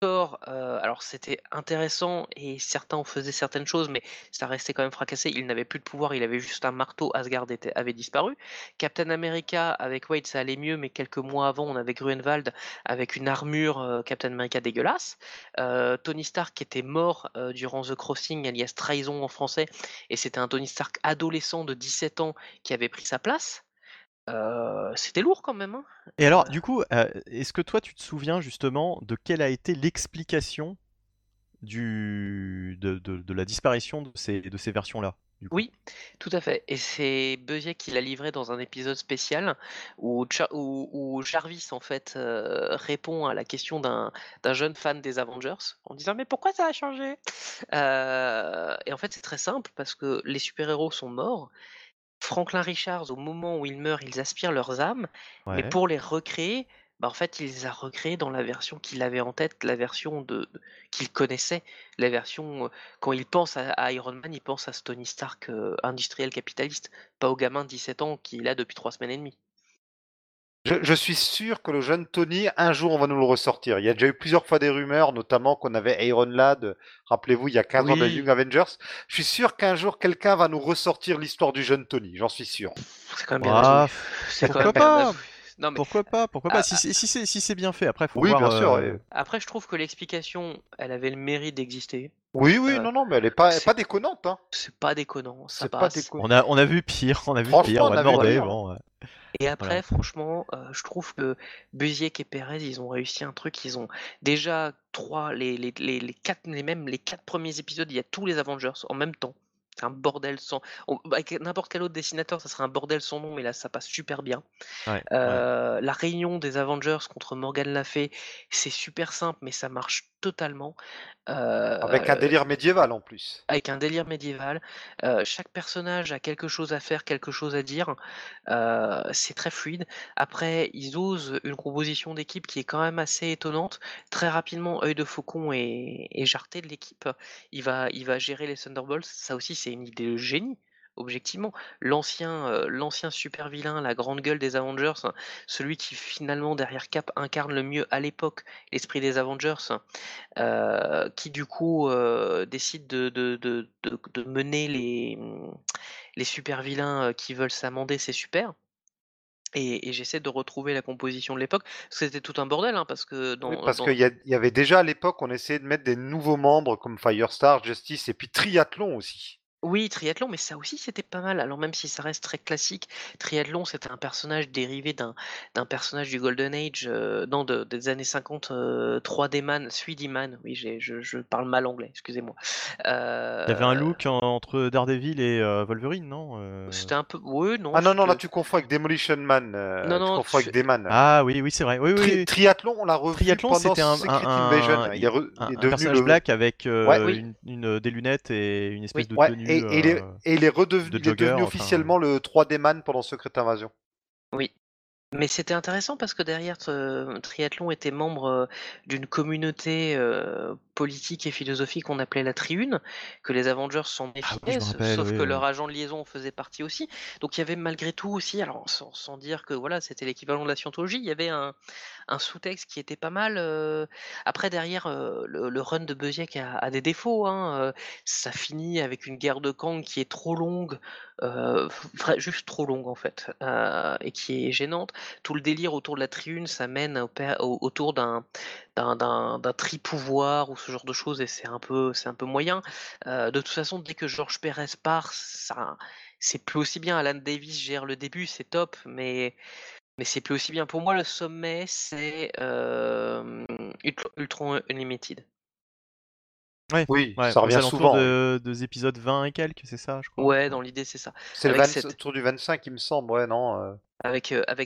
Thor, alors c'était intéressant et certains faisaient certaines choses, mais ça restait quand même fracassé. Il n'avait plus de pouvoir, il avait juste un marteau, Asgard avait disparu. Captain America, avec Wade, ça allait mieux, mais quelques mois avant, on avait Gruenwald avec une armure, Captain America dégueulasse. Tony Stark qui était mort, durant The Crossing, alias Trahison en français, et c'était un Tony Stark adolescent de 17 ans qui avait pris sa place. C'était lourd quand même, hein.
Et alors, du coup, est-ce que toi, tu te souviens justement de quelle a été l'explication de la disparition de ces versions-là, du coup?
Oui, tout à fait, et c'est Busiek qui l'a livré dans un épisode spécial où Jarvis, en fait, répond à la question d'un jeune fan des Avengers en disant: «Mais pourquoi ça a changé?» Et en fait, c'est très simple parce que les super-héros sont morts. Franklin Richards, au moment où ils meurent, ils aspirent leurs âmes, mais
Ouais.
pour les recréer, bah, en fait, il les a recréés dans la version qu'il avait en tête, la version qu'il connaissait, la version, quand il pense à Iron Man, il pense à ce Tony Stark, industriel capitaliste, pas au gamin de 17 ans qui est là depuis 3 semaines et demie.
Je suis sûr que le jeune Tony, un jour, on va nous le ressortir. Il y a déjà eu plusieurs fois des rumeurs, notamment qu'on avait Iron Lad, rappelez-vous, il y a 15 ans de
Oui,
Young Avengers. Je suis sûr qu'un jour, quelqu'un va nous ressortir l'histoire du jeune Tony, j'en suis sûr.
c'est quand même bien
Ah,
avoué. C'est quand
pourquoi
même bien
pas?
avoué. Non, mais
Pourquoi pas? Pourquoi pas?
a
Si c'est bien fait, après, faut
Oui,
voir.
bien sûr. Ouais.
après je trouve que l'explication, elle avait le mérite d'exister.
Oui, oui,
Heu,
non, non, mais elle est pas
c'est
déconnante, hein.
c'est pas déconnant, ça
C'est pas
passe.
déconnant.
On a vu pire, on a vu pire.
Franchement, on
One
avait
More Day,
pire, hein.
bon,
Et
voilà.
après, franchement, je trouve que Busiek et Perez, ils ont réussi un truc. Ils ont déjà 3 les 4 les 4 premiers épisodes, il y a tous les Avengers en même temps. C'est un bordel sans avec n'importe quel autre dessinateur, ça serait un bordel sans nom, mais là, ça passe super bien.
Ouais, ouais.
La réunion des Avengers contre Morgan Le Fay, c'est super simple, mais ça marche totalement.
Avec un
Heu
délire médiéval en plus.
Avec un délire médiéval, chaque personnage a quelque chose à faire, quelque chose à dire, c'est très fluide. Après, ils osent une composition d'équipe qui est quand même assez étonnante. Très rapidement, Œil de Faucon est jarté de l'équipe. Il va gérer les Thunderbolts. Ça aussi, c'est une idée de génie, objectivement. L'ancien super vilain, la grande gueule des Avengers, celui qui finalement derrière Cap incarne le mieux à l'époque l'esprit des Avengers, qui du coup, décide de mener les super vilains, qui veulent s'amender, c'est super, et j'essaie de retrouver la composition de l'époque. Parce que c'était tout un bordel, hein, parce que
Oui,
dans
parce
dans
qu'il y avait déjà à l'époque, on essayait de mettre des nouveaux membres comme Firestar, Justice et puis Triathlon aussi.
oui, Triathlon, mais ça aussi c'était pas mal. Alors même si ça reste très classique, Triathlon, c'était un personnage dérivé d'un personnage du Golden Age, non, des années 50, 3D Man, 3D Man, oui, je parle mal anglais, excusez-moi.
Il y avait un
Heu,
look entre Daredevil et Wolverine, non?
C'était un peu, oui, non,
Ah non, non, là
c'était,
tu confonds avec Demolition Man,
non,
tu
non,
confonds avec Dayman.
Ah oui, oui, c'est vrai. Oui, oui, oui.
Triathlon, on l'a revu
Triathlon,
pendant
c'était
Secret Invasion. Il est
un
devenu
personnage
le.
black avec
Ouais,
oui,
des lunettes et une espèce
oui.
de
ouais,
tenue
et
de
il est
jogger.
devenu
Enfin,
officiellement le 3D Man pendant Secret Invasion.
Oui. Mais c'était intéressant parce que derrière Triathlon était membre, d'une communauté, politique et philosophique qu'on appelait la Triune, que les Avengers s'en
ah oui, je
méfiaient,
me rappelle.
sauf
Oui,
que
oui.
leur agent de liaison en faisait partie aussi. Donc il y avait malgré tout aussi, alors sans dire que voilà, c'était l'équivalent de la scientologie, il y avait un sous-texte qui était pas mal. Après derrière, le run de Busiek a des défauts, hein, ça finit avec une guerre de Kang qui est trop longue, juste trop longue en fait, et qui est gênante. Tout le délire autour de la Triune, ça mène autour d'un tripouvoir ou ce genre de choses, et c'est un peu moyen. De toute façon, dès que Georges Pérez part, ça c'est plus aussi bien. Alan Davis gère le début, c'est top, mais c'est plus aussi bien. Pour moi, le sommet, c'est, Ultron Unlimited.
Ouais,
Oui,
ouais,
ça
aux
revient
alentours
souvent, oui.
des épisodes 20 et quelques, c'est ça, je crois.
Ouais,
Ouais.
dans l'idée, c'est ça.
C'est
Avec cette
autour du 25, il me semble, ouais, non.
avec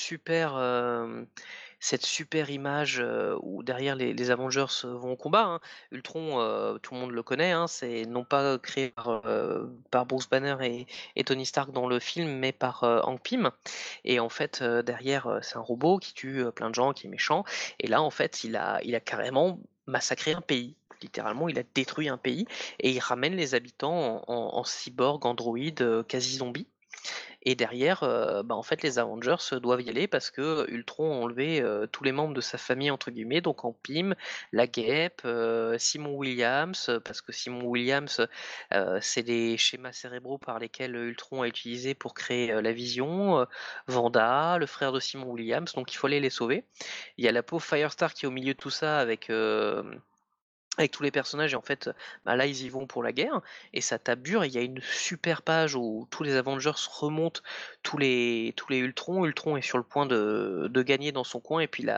cette super image, où derrière les Avengers, vont au combat, hein. Ultron, tout le monde le connaît, hein, c'est non pas créé par Bruce Banner et Tony Stark dans le film, mais par, Hank Pym, et en fait, derrière, c'est un robot qui tue, plein de gens, qui est méchant, et là, en fait, il a carrément massacré un pays. Littéralement, il a détruit un pays et il ramène les habitants en cyborg, androïdes, quasi zombies. Et derrière, en fait, les Avengers doivent y aller parce que Ultron a enlevé, tous les membres de sa famille entre guillemets, donc en Pym, la Guêpe, Simon Williams, parce que Simon Williams, c'est les schémas cérébraux par lesquels Ultron a utilisé pour créer, la Vision, Wanda, le frère de Simon Williams, donc il faut aller les sauver. Il y a la pauvre Firestar qui est au milieu de tout ça avec tous les personnages et en fait, là ils y vont pour la guerre et ça tabure et il y a une super page où tous les Avengers remontent, tous les Ultrons. Ultron est sur le point de gagner dans son coin et puis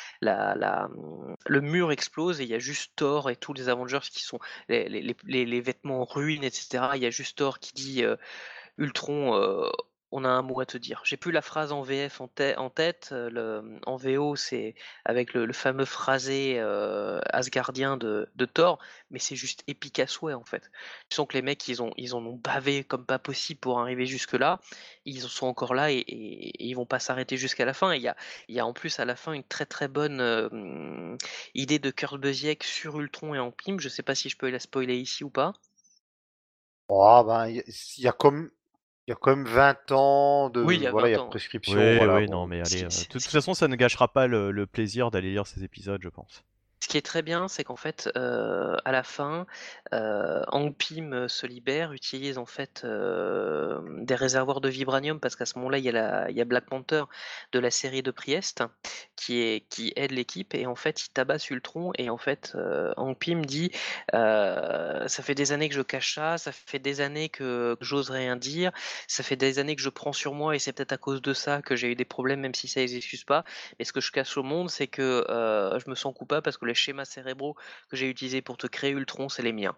le mur explose et il y a juste Thor et tous les Avengers qui sont les vêtements en ruine et cetera. Il y a juste Thor qui dit, Ultron, on a un mot à te dire. J'ai plus la phrase en VF en tête, en VO, c'est avec le fameux phrasé, asgardien de Thor, mais c'est juste épique à souhait, en fait. Tu sens que les mecs, ils en ont bavé comme pas possible pour arriver jusque-là. Ils en sont encore là et ils vont pas s'arrêter jusqu'à la fin et il y a en plus à la fin une très, très bonne, idée de Kurt Busiek sur Ultron et en Pym. Je sais pas si je peux la spoiler ici ou pas?
Oh, ben, il y a quand même 20 ans
Oui, il y
de.
a
Voilà, il y
20
a
ans.
prescription.
Oui,
Voilà,
oui, non,
bon.
mais
Ce
allez,
qui
de
ce
toute
ce
façon, ça ne gâchera pas le plaisir d'aller lire ces épisodes, je pense.
Ce qui est très bien, c'est qu'en fait, à la fin, Hank Pym, se libère, utilise en fait, des réservoirs de vibranium parce qu'à ce moment-là, il y a Black Panther de la série de Priest qui aide l'équipe et en fait, il tabasse Ultron et en fait, Hank Pym dit, «Ça fait des années que je cache ça, ça fait des années que j'ose rien dire, ça fait des années que je prends sur moi et c'est peut-être à cause de ça que j'ai eu des problèmes même si ça les excuse pas. Et ce que je cache au monde, c'est que, je me sens coupable parce que les schémas cérébraux que j'ai utilisés pour te créer Ultron, c'est les miens.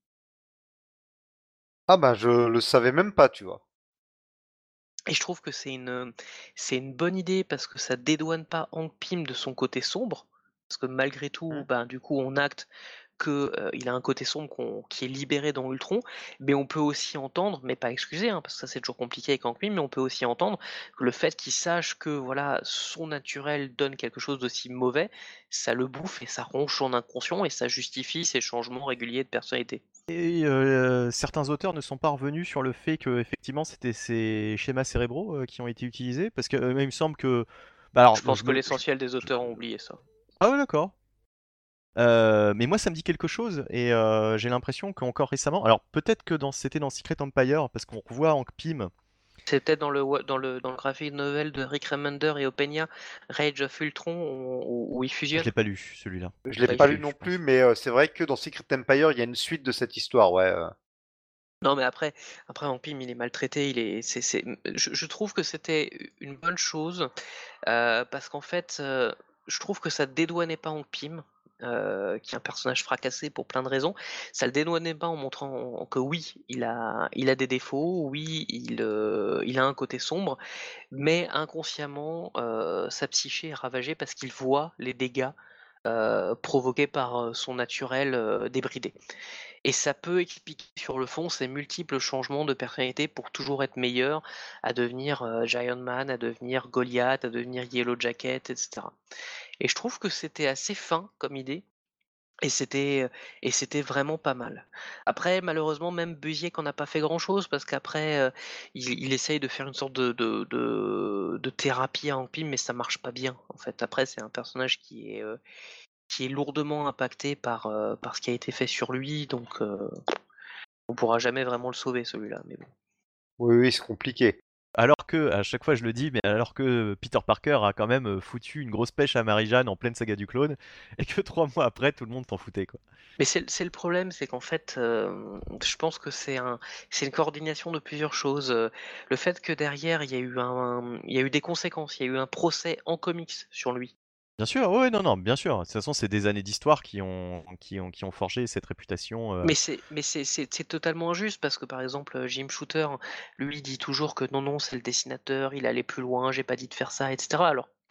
Ah, ben, je le savais même pas, tu vois.
Et je trouve que c'est une bonne idée parce que ça dédouane pas Hank Pym de son côté sombre. Parce que malgré tout,
Hmm.
ben, du coup, on acte que, il a un côté sombre qui est libéré dans Ultron, mais on peut aussi entendre, mais pas excuser, hein, parce que ça c'est toujours compliqué avec Hank Pym, mais on peut aussi entendre que le fait qu'il sache que voilà, son naturel donne quelque chose d'aussi mauvais, ça le bouffe et ça ronge son inconscient et ça justifie ces changements réguliers de personnalité.
Et certains auteurs ne sont pas revenus sur le fait que effectivement c'était ces schémas cérébraux qui ont été utilisés, parce que il me semble que. Bah alors,
Je pense que l'essentiel des auteurs ont oublié ça.
Ah ouais, d'accord. Mais moi ça me dit quelque chose et j'ai l'impression qu'encore récemment, alors peut-être que c'était dans Secret Empire parce qu'on revoit Hank Pym.
C'est peut-être dans le graphic novel de Rick Remender et Opeña, Rage of Ultron, où ils
Je
fusionnent.
l'ai pas lu celui-là.
Je l'ai
Bah,
pas
Je
lu
l'ai lu,
non
je
plus,
pense.
mais c'est vrai que dans Secret Empire, il y a une suite de cette histoire, ouais.
Non, mais après Hank Pym, il est maltraité, je trouve que c'était une bonne chose, parce qu'en fait, je trouve que ça dédouanait pas Hank Pym, qui est un personnage fracassé pour plein de raisons. Ça le dédouanait pas en montrant que oui, il a des défauts, oui, il a un côté sombre, mais inconsciemment, sa psyché est ravagée parce qu'il voit les dégâts, provoqués par, son naturel, débridé. Et ça peut expliquer sur le fond ces multiples changements de personnalité pour toujours être meilleur, à devenir, Giant Man, à devenir Goliath, à devenir Yellow Jacket et cetera. Et je trouve que c'était assez fin comme idée et c'était vraiment pas mal. Après malheureusement même Busiek en a pas fait grand chose parce qu'après, il essaye de faire une sorte de thérapie à Hank Pym mais ça marche pas bien en fait. Après c'est un personnage qui est lourdement impacté par ce qui a été fait sur lui donc on pourra jamais vraiment le sauver celui-là, mais bon.
Oui, oui, c'est compliqué.
Alors que, à chaque fois je le dis, mais alors que Peter Parker a quand même foutu une grosse pêche à Mary-Jane en pleine saga du clone, et que 3 mois après tout le monde s'en foutait quoi.
Mais c'est le problème, c'est qu'en fait, je pense que c'est une coordination de plusieurs choses, le fait que derrière il y a eu des conséquences, il y a eu un procès en comics sur lui.
Bien sûr, ouais, non, non, bien sûr. De toute façon, c'est des années d'histoire qui ont forgé cette réputation.
Mais c'est totalement injuste parce que, par exemple, Jim Shooter, lui, dit toujours que non, non, c'est le dessinateur, il allait plus loin, j'ai pas dit de faire ça et cetera. Alors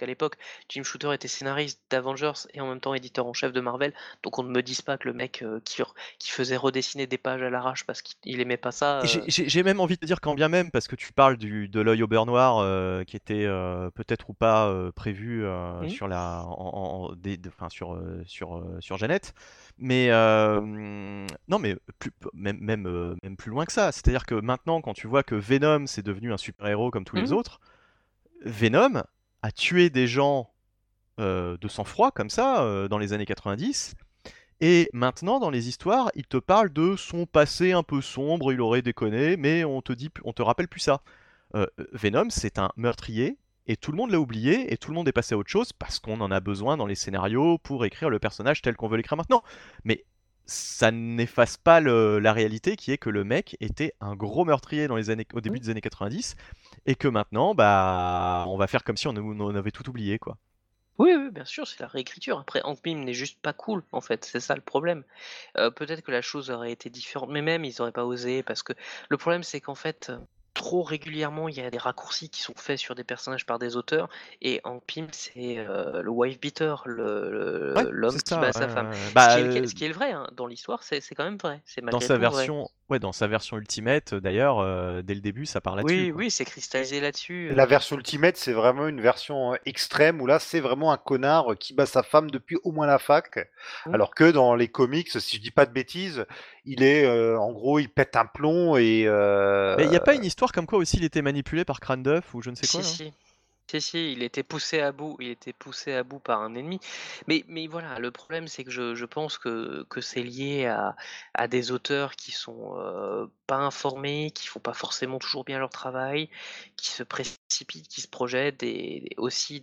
qu'à l'époque, Jim Shooter était scénariste d'Avengers et en même temps éditeur en chef de Marvel, donc on ne me dise pas que le mec qui faisait redessiner des pages à l'arrache parce qu'il aimait pas ça.
J'ai même envie de te dire quand bien même, parce que tu parles de l'œil au beurre noir qui était peut-être ou pas prévu sur la, enfin, sur Jeannette, mais non, mais même plus loin que ça. C'est-à-dire que maintenant, quand tu vois que Venom c'est devenu un super-héros comme tous les autres, Venom a tué des gens de sang-froid comme ça dans les années 90. Et maintenant, dans les histoires, il te parle de son passé un peu sombre, il aurait déconné, mais on te rappelle plus ça. Venom, c'est un meurtrier, et tout le monde l'a oublié, et tout le monde est passé à autre chose, parce qu'on en a besoin dans les scénarios pour écrire le personnage tel qu'on veut l'écrire maintenant. Mais ça n'efface pas la réalité qui est que le mec était un gros meurtrier au début des années 90, et que maintenant, bah, on va faire comme si on avait tout oublié, quoi.
Oui, oui, bien sûr, c'est la réécriture. Après, Hank Pym n'est juste pas cool, en fait, c'est ça le problème. Peut-être que la chose aurait été différente, mais même ils auraient pas osé parce que le problème c'est qu'en fait, trop régulièrement, il y a des raccourcis qui sont faits sur des personnages par des auteurs et Hank Pym c'est, le wife beater,
Ouais,
l'homme
c'est
qui
ça.
bat sa femme.
Bah,
Ce qui est le vrai, hein, dans l'histoire, c'est quand même vrai, c'est
dans
malgré
sa
tout vrai.
version, ouais, dans sa version Ultimate, d'ailleurs, dès le début, ça part là-dessus,
Oui,
quoi.
oui, c'est cristallisé là-dessus,
La version Ultimate, c'est vraiment une version extrême où là, c'est vraiment un connard qui bat sa femme depuis au moins la fac.
mmh.
Alors que dans les comics, si je dis pas de bêtises, il est en gros, il pète un plomb et
Mais il n'y a pas une histoire comme quoi aussi il était manipulé par Crane Duff ou je ne sais quoi,
Si,
là?
si. Si, si, il était poussé à bout par un ennemi. Mais voilà, le problème, c'est que je pense que c'est lié à des auteurs qui sont pas informés, qui font pas forcément toujours bien leur travail, qui se précipitent, qui se projettent, aussi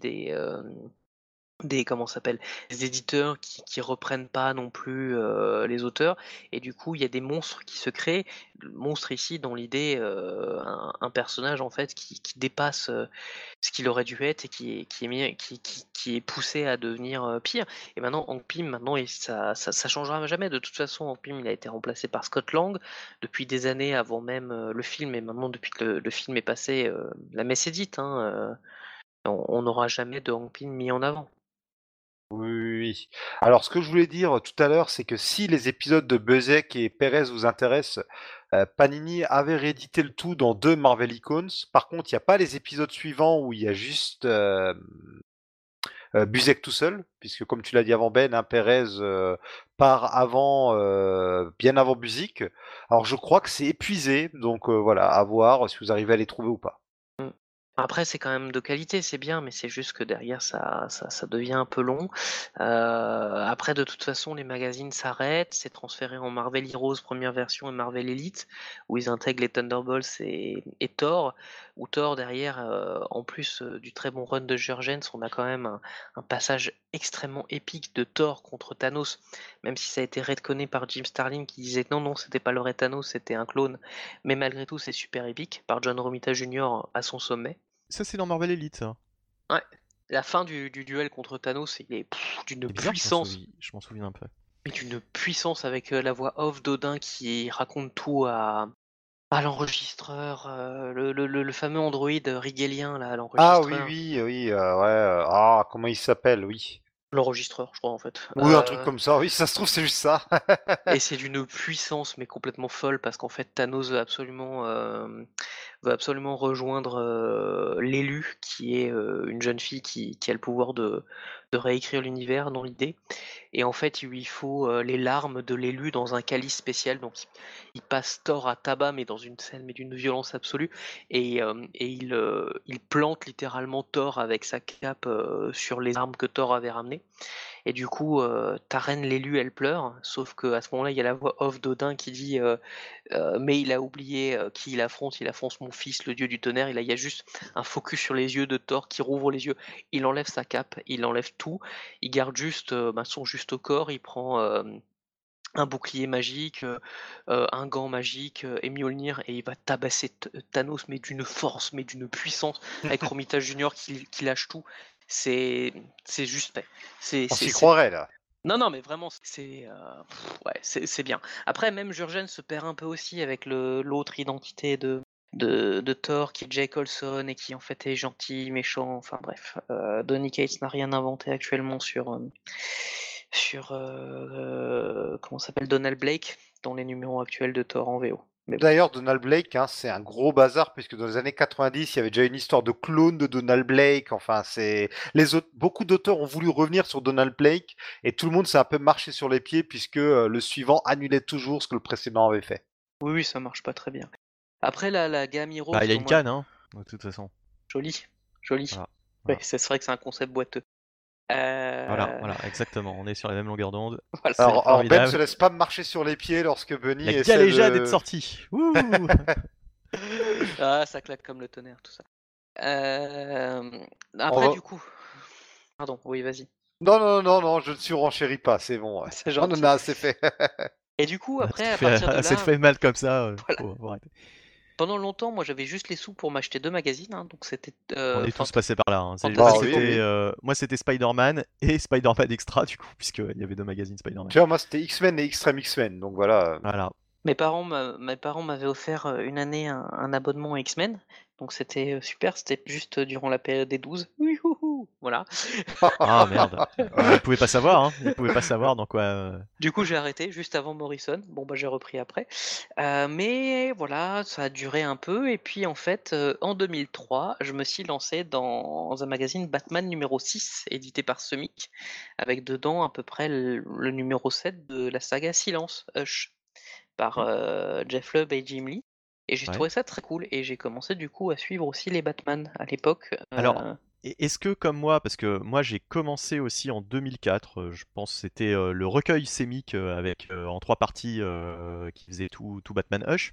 des comment ça s'appelle? Des éditeurs qui reprennent pas non plus, les auteurs et du coup, il y a des monstres qui se créent. Le monstre ici dans l'idée, un personnage en fait qui dépasse, ce qu'il aurait dû être et qui est mis qui est poussé à devenir, pire et maintenant Hank Pym maintenant et ça changera jamais de toute façon Hank Pym il a été remplacé par Scott Lang depuis des années avant même, le film et maintenant depuis que le film est passé, la messe est dite, hein, on n'aura jamais de Hank Pym mis en avant.
oui, oui, oui. Alors, ce que je voulais dire tout à l'heure, c'est que si les épisodes de Buzzek et Perez vous intéressent, Panini avait réédité le tout dans 2 Marvel Icons. Par contre, il n'y a pas les épisodes suivants où il y a juste Buzzek tout seul, puisque comme tu l'as dit avant Ben, hein, Perez part avant, bien avant Buzik. Alors, je crois que c'est épuisé, donc voilà, à voir si vous arrivez à les trouver ou pas.
Mmh. Après, c'est quand même de qualité, c'est bien, mais c'est juste que derrière ça devient un peu long. Après de toute façon, les magazines s'arrêtent, c'est transféré en Marvel Heroes première version et Marvel Elite, où ils intègrent les Thunderbolts et Thor, où Thor derrière, en plus, du très bon run de Jurgens, on a quand même un passage extrêmement épique de Thor contre Thanos, même si ça a été retconné par Jim Starlin qui disait que non, non, c'était pas le vrai Thanos, c'était un clone. Mais malgré tout, c'est super épique, par John Romita Jr. à son sommet.
Ça, c'est dans Marvel Elite, ça.
Ouais, la fin du duel contre Thanos, il est d'une
C'est bizarre,
puissance,
je m'en souviens un peu.
mais d'une puissance avec la voix off d'Odin qui raconte tout à l'enregistreur, le fameux androïde rigélien, là,
Ah oui,
l'enregistreur.
oui, oui, ouais, ah, comment il s'appelle, oui.
L'enregistreur, je crois, en fait.
Oui, un truc comme ça, oui, ça se trouve, c'est juste ça.
Et c'est d'une puissance, mais complètement folle, parce qu'en fait, Thanos veut absolument rejoindre l'élu, qui est une jeune fille qui a le pouvoir de réécrire l'univers dans l'idée. Et en fait, il lui faut les larmes de l'élu dans un calice spécial. Donc, il passe Thor à tabac, mais dans une scène, mais d'une violence absolue. Et il plante littéralement Thor avec sa cape sur les armes que Thor avait ramenées. Et du coup, ta reine l'élu, elle pleure, sauf qu'à ce moment-là, il y a la voix off d'Odin qui dit mais il a oublié qui il affronte mon fils, le dieu du tonnerre. Et là, il y a juste un focus sur les yeux de Thor qui rouvre les yeux. Il enlève sa cape, il enlève tout, il garde juste son juste au corps, il prend un bouclier magique, un gant magique et Mjolnir et il va tabasser Thanos, mais d'une force, mais d'une puissance, avec Romita Junior qui lâche tout. C'est c'est juste fait.
On s'y
C'est
croirait, là.
non, non, mais vraiment, ouais, c'est bien. Après, même Jurgen se perd un peu aussi avec l'autre identité de Thor qui est Jake Olson et qui en fait est gentil, méchant, enfin bref. Donny Cates n'a rien inventé actuellement comment s'appelle Donald Blake dans les numéros actuels de Thor en VO.
D'ailleurs, Donald Blake, c'est un gros bazar, puisque dans les années 90, il y avait déjà une histoire de clone de Donald Blake. Enfin, beaucoup d'auteurs ont voulu revenir sur Donald Blake, et tout le monde s'est un peu marché sur les pieds, puisque le suivant annulait toujours ce que le précédent avait fait.
Oui, ça marche pas très bien. Après, la gamme Heroes...
il a une canne, de toute façon.
Joli.
Voilà.
Ouais, c'est vrai que c'est un concept boiteux.
Voilà, exactement. On est sur la même longueur d'onde.
Voilà.
Alors Ben se laisse pas marcher sur les pieds lorsque Bunny
La
essaie
galéjade est sortie.
Ah, ça claque comme le tonnerre, tout ça. Après, du coup... Pardon, oui, vas-y.
Non, je ne surenchéris pas, c'est bon.
C'est gentil.
On en a assez fait.
Et du coup, après, à partir de là...
Ça te fait mal comme ça, faut arrêter.
Pendant longtemps, moi, j'avais juste les sous pour m'acheter 2 magazines, donc c'était...
On est tous passés par là. Moi, c'était Spider-Man et Spider-Man Extra, du coup, puisqu'il y avait 2 magazines Spider-Man.
Tu vois, moi, c'était X-Men et Extreme X-Men, donc voilà.
Voilà.
Mes parents m'avaient offert une année un abonnement à X-Men, donc c'était super, c'était juste durant la période des 12. Voilà.
Ah merde. Ils pouvaient pas savoir, Ils pouvaient pas savoir dans quoi.
Du coup, j'ai arrêté juste avant Morrison. Bon, bah, j'ai repris après. Mais voilà, ça a duré un peu. Et puis, en fait, en 2003, je me suis lancé dans un magazine Batman numéro 6, édité par Semic, avec dedans à peu près le numéro 7 de la saga Silence, Hush, par Jeff Lubb et Jim Lee. Et j'ai trouvé ça très cool. Et j'ai commencé du coup à suivre aussi les Batman à l'époque.
Alors, est-ce que comme moi, parce que moi j'ai commencé aussi en 2004, je pense que c'était le recueil Semic avec en 3 parties qui faisait tout Batman Hush.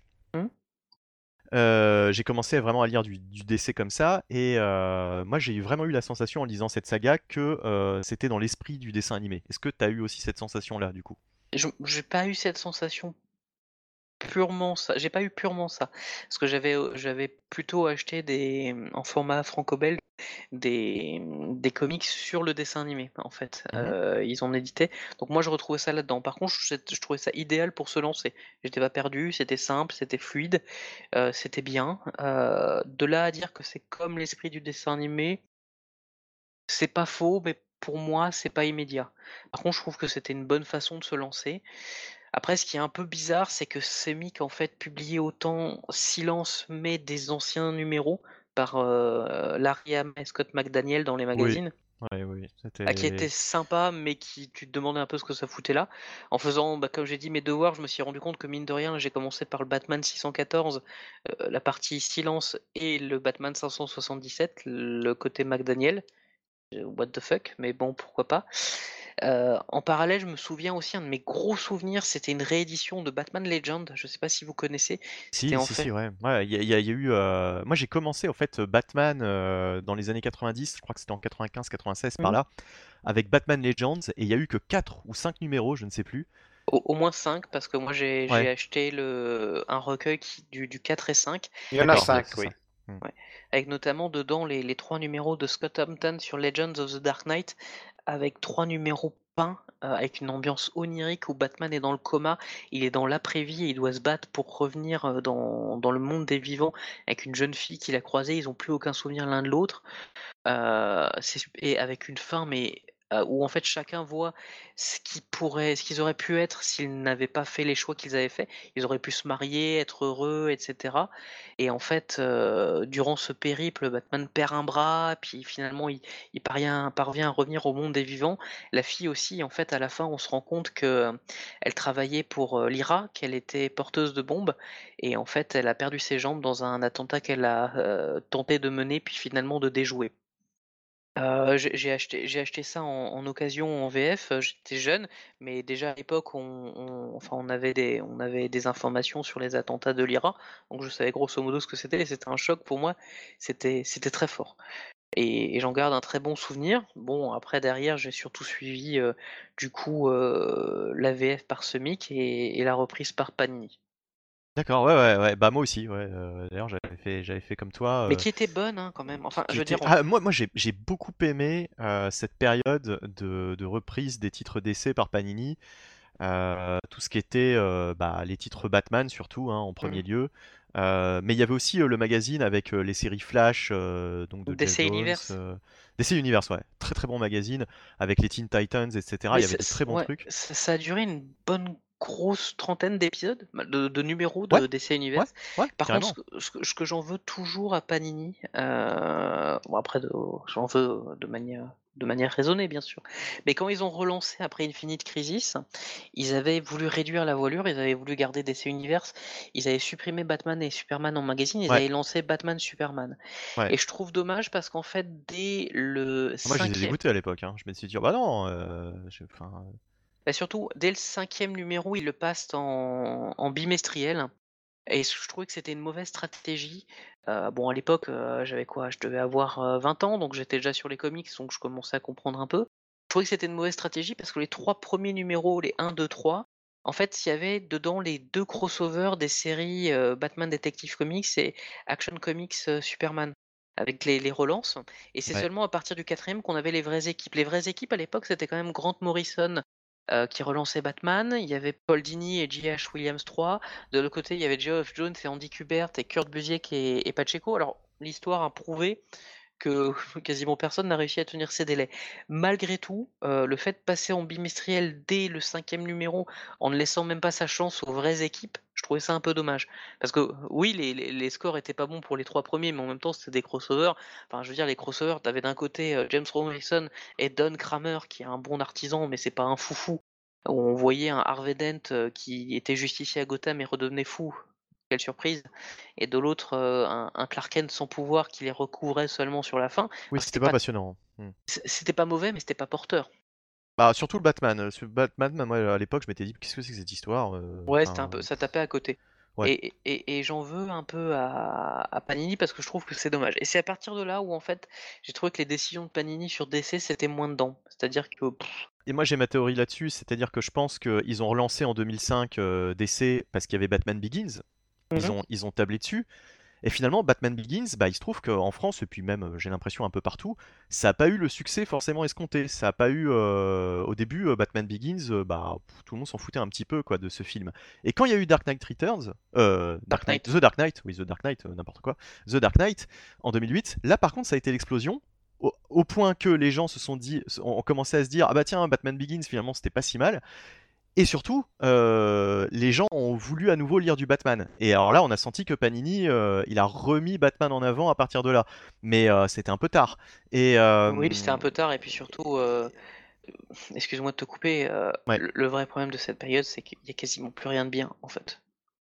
J'ai commencé vraiment à lire du DC comme ça, et moi j'ai vraiment eu la sensation en lisant cette saga que c'était dans l'esprit du dessin animé. Est-ce que tu as eu aussi cette sensation-là du coup?
J'ai pas eu cette sensation purement ça. J'ai pas eu purement ça. Parce que j'avais plutôt acheté en format franco-belge des comics sur le dessin animé, en fait. Ils en éditaient. Donc moi, je retrouvais ça là-dedans. Par contre, je trouvais ça idéal pour se lancer. J'étais pas perdu, c'était simple, c'était fluide, c'était bien. De là à dire que c'est comme l'esprit du dessin animé, c'est pas faux, mais pour moi, c'est pas immédiat. Par contre, je trouve que c'était une bonne façon de se lancer. Après, ce qui est un peu bizarre, c'est que Semic, en fait, publiait autant Silence, mais des anciens numéros par Larry Hama et Scott McDaniel dans les magazines.
Oui,
qui était sympa, mais tu te demandais un peu ce que ça foutait là. En faisant, comme j'ai dit, mes devoirs, je me suis rendu compte que mine de rien, j'ai commencé par le Batman 614, la partie Silence, et le Batman 577, le côté McDaniel. What the fuck, mais bon, pourquoi pas. En parallèle, je me souviens aussi, un de mes gros souvenirs, c'était une réédition de Batman Legend. Je sais pas si vous connaissez.
Si, ouais. Il y a eu. Moi, j'ai commencé en fait Batman dans les années 90, je crois que c'était en 95-96 par là, avec Batman Legends, et il y a eu que 4 ou 5 numéros, je ne sais plus.
Au moins 5, parce que moi j'ai acheté un recueil du 4 et 5.
Il y en a 5, oui.
Ouais. Avec notamment dedans les 3 numéros de Scott Hampton sur Legends of the Dark Knight, avec 3 numéros peints, avec une ambiance onirique où Batman est dans le coma, il est dans l'après-vie et il doit se battre pour revenir dans le monde des vivants avec une jeune fille qu'il a croisée, ils n'ont plus aucun souvenir l'un de l'autre. Et avec une fin, mais où en fait chacun voit ce qu'ils auraient pu être s'ils n'avaient pas fait les choix qu'ils avaient fait. Ils auraient pu se marier, être heureux, etc. Et en fait, durant ce périple, Batman perd un bras, puis finalement il parvient à revenir au monde des vivants. La fille aussi, en fait, à la fin, on se rend compte que elle travaillait pour l'IRA, qu'elle était porteuse de bombes, et en fait, elle a perdu ses jambes dans un attentat qu'elle a tenté de mener, puis finalement de déjouer. J'ai acheté ça en occasion en VF, j'étais jeune, mais déjà à l'époque on avait des informations sur les attentats de l'IRA, donc je savais grosso modo ce que c'était, et c'était un choc pour moi, c'était très fort, et j'en garde un très bon souvenir. Bon, après derrière j'ai surtout suivi, du coup, la VF par Semic et la reprise par Panini.
D'accord, ouais. Bah moi aussi, ouais. D'ailleurs, j'avais fait comme toi.
Mais qui était bonne, quand même. Enfin, je veux dire.
Moi, j'ai beaucoup aimé cette période de reprise des titres d'essai par Panini. Tout ce qui était les titres Batman surtout, en premier lieu. Mais il y avait aussi le magazine avec les séries Flash, donc de Jeff
DC
Jones.
Universe.
DC Universe, ouais. Très très bon magazine avec les Teen Titans, etc.
Mais
Il y avait de très bons
ouais,
trucs.
ça a duré une bonne grosse trentaine d'épisodes, de numéros
Ouais,
de DC
ouais,
Universe.
ouais,
Par contre,
carrément.
ce que j'en veux toujours à Panini, bon après j'en veux de manière raisonnée bien sûr, mais quand ils ont relancé après Infinite Crisis, ils avaient voulu réduire la voilure, ils avaient voulu garder DC Universe, ils avaient supprimé Batman et Superman en magazine, ils
Ouais,
avaient lancé Batman Superman.
ouais.
Et je trouve dommage parce qu'en fait dès le
Moi, j'étais
5e
dégoûté à l'époque, hein. Je me suis dit: «Oh bah non, enfin,
bah, surtout, dès le 5e numéro, ils le passent en bimestriel et je trouvais que c'était une mauvaise stratégie. Bon, à l'époque, j'avais quoi? Je devais avoir, 20 ans, donc j'étais déjà sur les comics, donc je commençais à comprendre un peu. Je trouvais que c'était une mauvaise stratégie parce que les 3 premiers numéros, les 1, 2, 3, en fait, il y avait dedans les 2 crossovers des séries, Batman Detective Comics et Action Comics, Superman, avec les relances, et c'est
ouais,
seulement à partir du 4e qu'on avait les vraies équipes. Les vraies équipes, à l'époque, c'était quand même Grant Morrison, qui relançait Batman. Il y avait Paul Dini et J.H. Williams 3. De l'autre côté, il y avait Geoff Jones et Andy Kubert et Kurt Busiek et Pacheco. Alors, l'histoire a prouvé que quasiment personne n'a réussi à tenir ces délais. Malgré tout, le fait de passer en bimestriel dès le 5e numéro, en ne laissant même pas sa chance aux vraies équipes, je trouvais ça un peu dommage. Parce que oui, les scores étaient pas bons pour les 3 premiers, mais en même temps, c'était des crossovers. Enfin, je veux dire, les crossovers, tu avais d'un côté, James Robinson et Don Kramer, qui est un bon artisan, mais c'est pas un foufou. Où on voyait un Harvey Dent, qui était justicier à Gotham et redevenait fou. Quelle surprise! Et de l'autre, un Clark Kent sans pouvoir qui les recouvrait seulement sur la fin.
oui,
Enfin,
c'était pas passionnant. Mmh.
c'était pas mauvais, mais c'était pas porteur.
Bah, surtout le Batman, ce Batman, moi, à l'époque, je m'étais dit: «Qu'est-ce que c'est que cette histoire?»
Ouais, c'était un
Enfin,
peu, ça tapait à côté.
ouais.
Et j'en veux un peu à Panini parce que je trouve que c'est dommage. Et c'est à partir de là où en fait, j'ai trouvé que les décisions de Panini sur DC, c'était moins dedans. C'est-à-dire que
Et moi, j'ai ma théorie là-dessus, c'est-à-dire que je pense qu'ils ont relancé en 2005 DC parce qu'il y avait Batman Begins.
mmh
Ils ont tablé dessus. Et finalement, Batman Begins, bah, il se trouve qu'en France, et puis même, j'ai l'impression un peu partout, ça n'a pas eu le succès forcément escompté. Ça a pas eu, au début, Batman Begins, tout le monde s'en foutait un petit peu quoi de ce film. Et quand il y a eu Dark Knight Returns,
Dark Knight.
The Dark Knight, oui, The Dark Knight, n'importe quoi, The Dark Knight en 2008, là par contre, ça a été l'explosion. Au point que les gens se sont dit, ont commencé à se dire, ah bah tiens, Batman Begins finalement c'était pas si mal. Et surtout, les gens ont voulu à nouveau lire du Batman. Et alors là, on a senti que Panini, il a remis Batman en avant à partir de là. Mais c'était un peu tard. Et
Oui, c'était un peu tard et puis surtout, excuse-moi de te couper,
ouais.
le vrai problème de cette période, c'est qu'il y a quasiment plus rien de bien, en fait.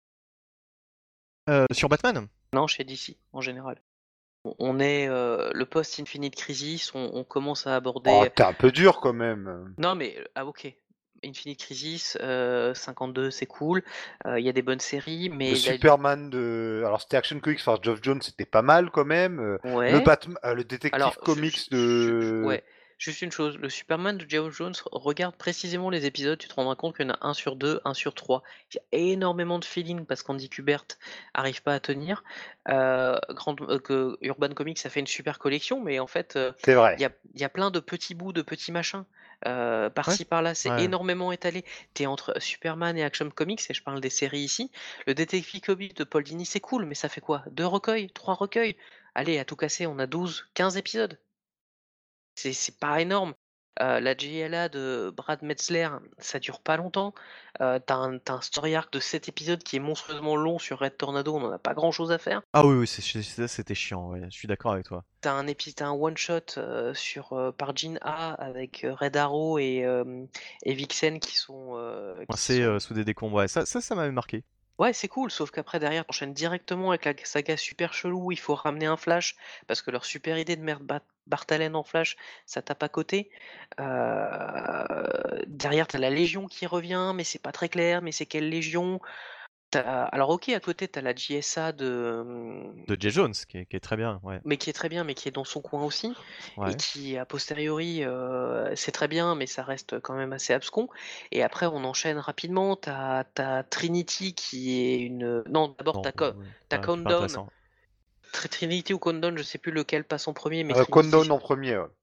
Sur Batman?
Non, chez DC, en général. On est, le post-Infinite Crisis, on commence à
Oh,
aborder
t'es un peu dur quand même.
non mais, ah OK. Infinite Crisis, 52 c'est cool, il y a des bonnes séries,
Le
mais la
Superman de. Alors, c'était Action Comics par Geoff Jones, c'était pas mal quand même. Le
ouais,
Batman, le
alors
Détective Comics de.
ouais, juste une chose, le Superman de Geoff Jones, regarde précisément les épisodes, tu te rendras compte qu'il y en a un sur 2, un sur 3. Il y a énormément de feeling parce qu'Andy Kubert arrive pas à tenir, que Urban Comics a fait une super collection, mais en fait,
C'est vrai.
il y a plein de petits bouts, de petits machins,
Ouais.
par-ci par-là, c'est
Ouais.
énormément étalé. Tu es entre Superman et Action Comics et je parle des séries ici. Le Detective Comics de Paul Dini, c'est cool, mais ça fait quoi? 2 recueils? 3 recueils? Allez, à tout casser, on a 12, 15 épisodes. C'est pas énorme. La JLA de Brad Metzler, ça dure pas longtemps. Tu un story arc de 7 épisodes qui est monstrueusement long sur Red Tornado, on en a pas grand chose à faire.
Ah oui, oui, ça c'était chiant, ouais. Je suis d'accord avec toi.
Tu un one shot, par Jean A avec, Red Arrow et Vixen qui
Coincé
sont
sous des décombres, ouais. Ça m'avait marqué.
ouais, c'est cool, sauf qu'après derrière, tu directement avec la saga super chelou où il faut ramener un Flash, parce que leur super idée de mettre Bart Allen en Flash, ça tape à côté. Derrière, t'as la Légion qui revient, mais c'est pas très clair, mais c'est quelle Légion? Alors OK, à côté, t'as la JSA
De Jay Jones, qui est très bien, ouais.
mais qui est très bien, mais qui est dans son coin aussi et
Ouais.
qui a posteriori, c'est très bien, mais ça reste quand même assez abscon et après on enchaîne rapidement. T'as Trinity qui est une, non, d'abord
Non,
tu
pas
Countdown.
intéressant.
Trinity ou Countdown, je sais plus lequel passe en premier, mais Trinity
Countdown en premier. Ouais.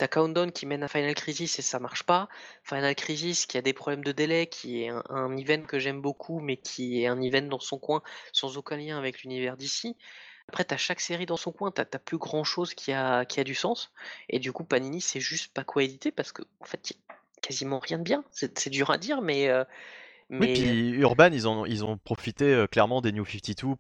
T'as Countdown qui mène à Final Crisis et ça marche pas. Final Crisis qui a des problèmes de délai, qui est un event que j'aime beaucoup, mais qui est un event dans son coin, sans aucun lien avec l'univers d'ici. Après, t'as chaque série dans son coin, t'as plus grand chose qui a du sens. Et du coup, Panini, c'est juste pas quoi éditer parce que, en fait, y a quasiment rien de bien. C'est dur à dire, mais
Oui,
mais
puis Urban, ils ont profité clairement des New 52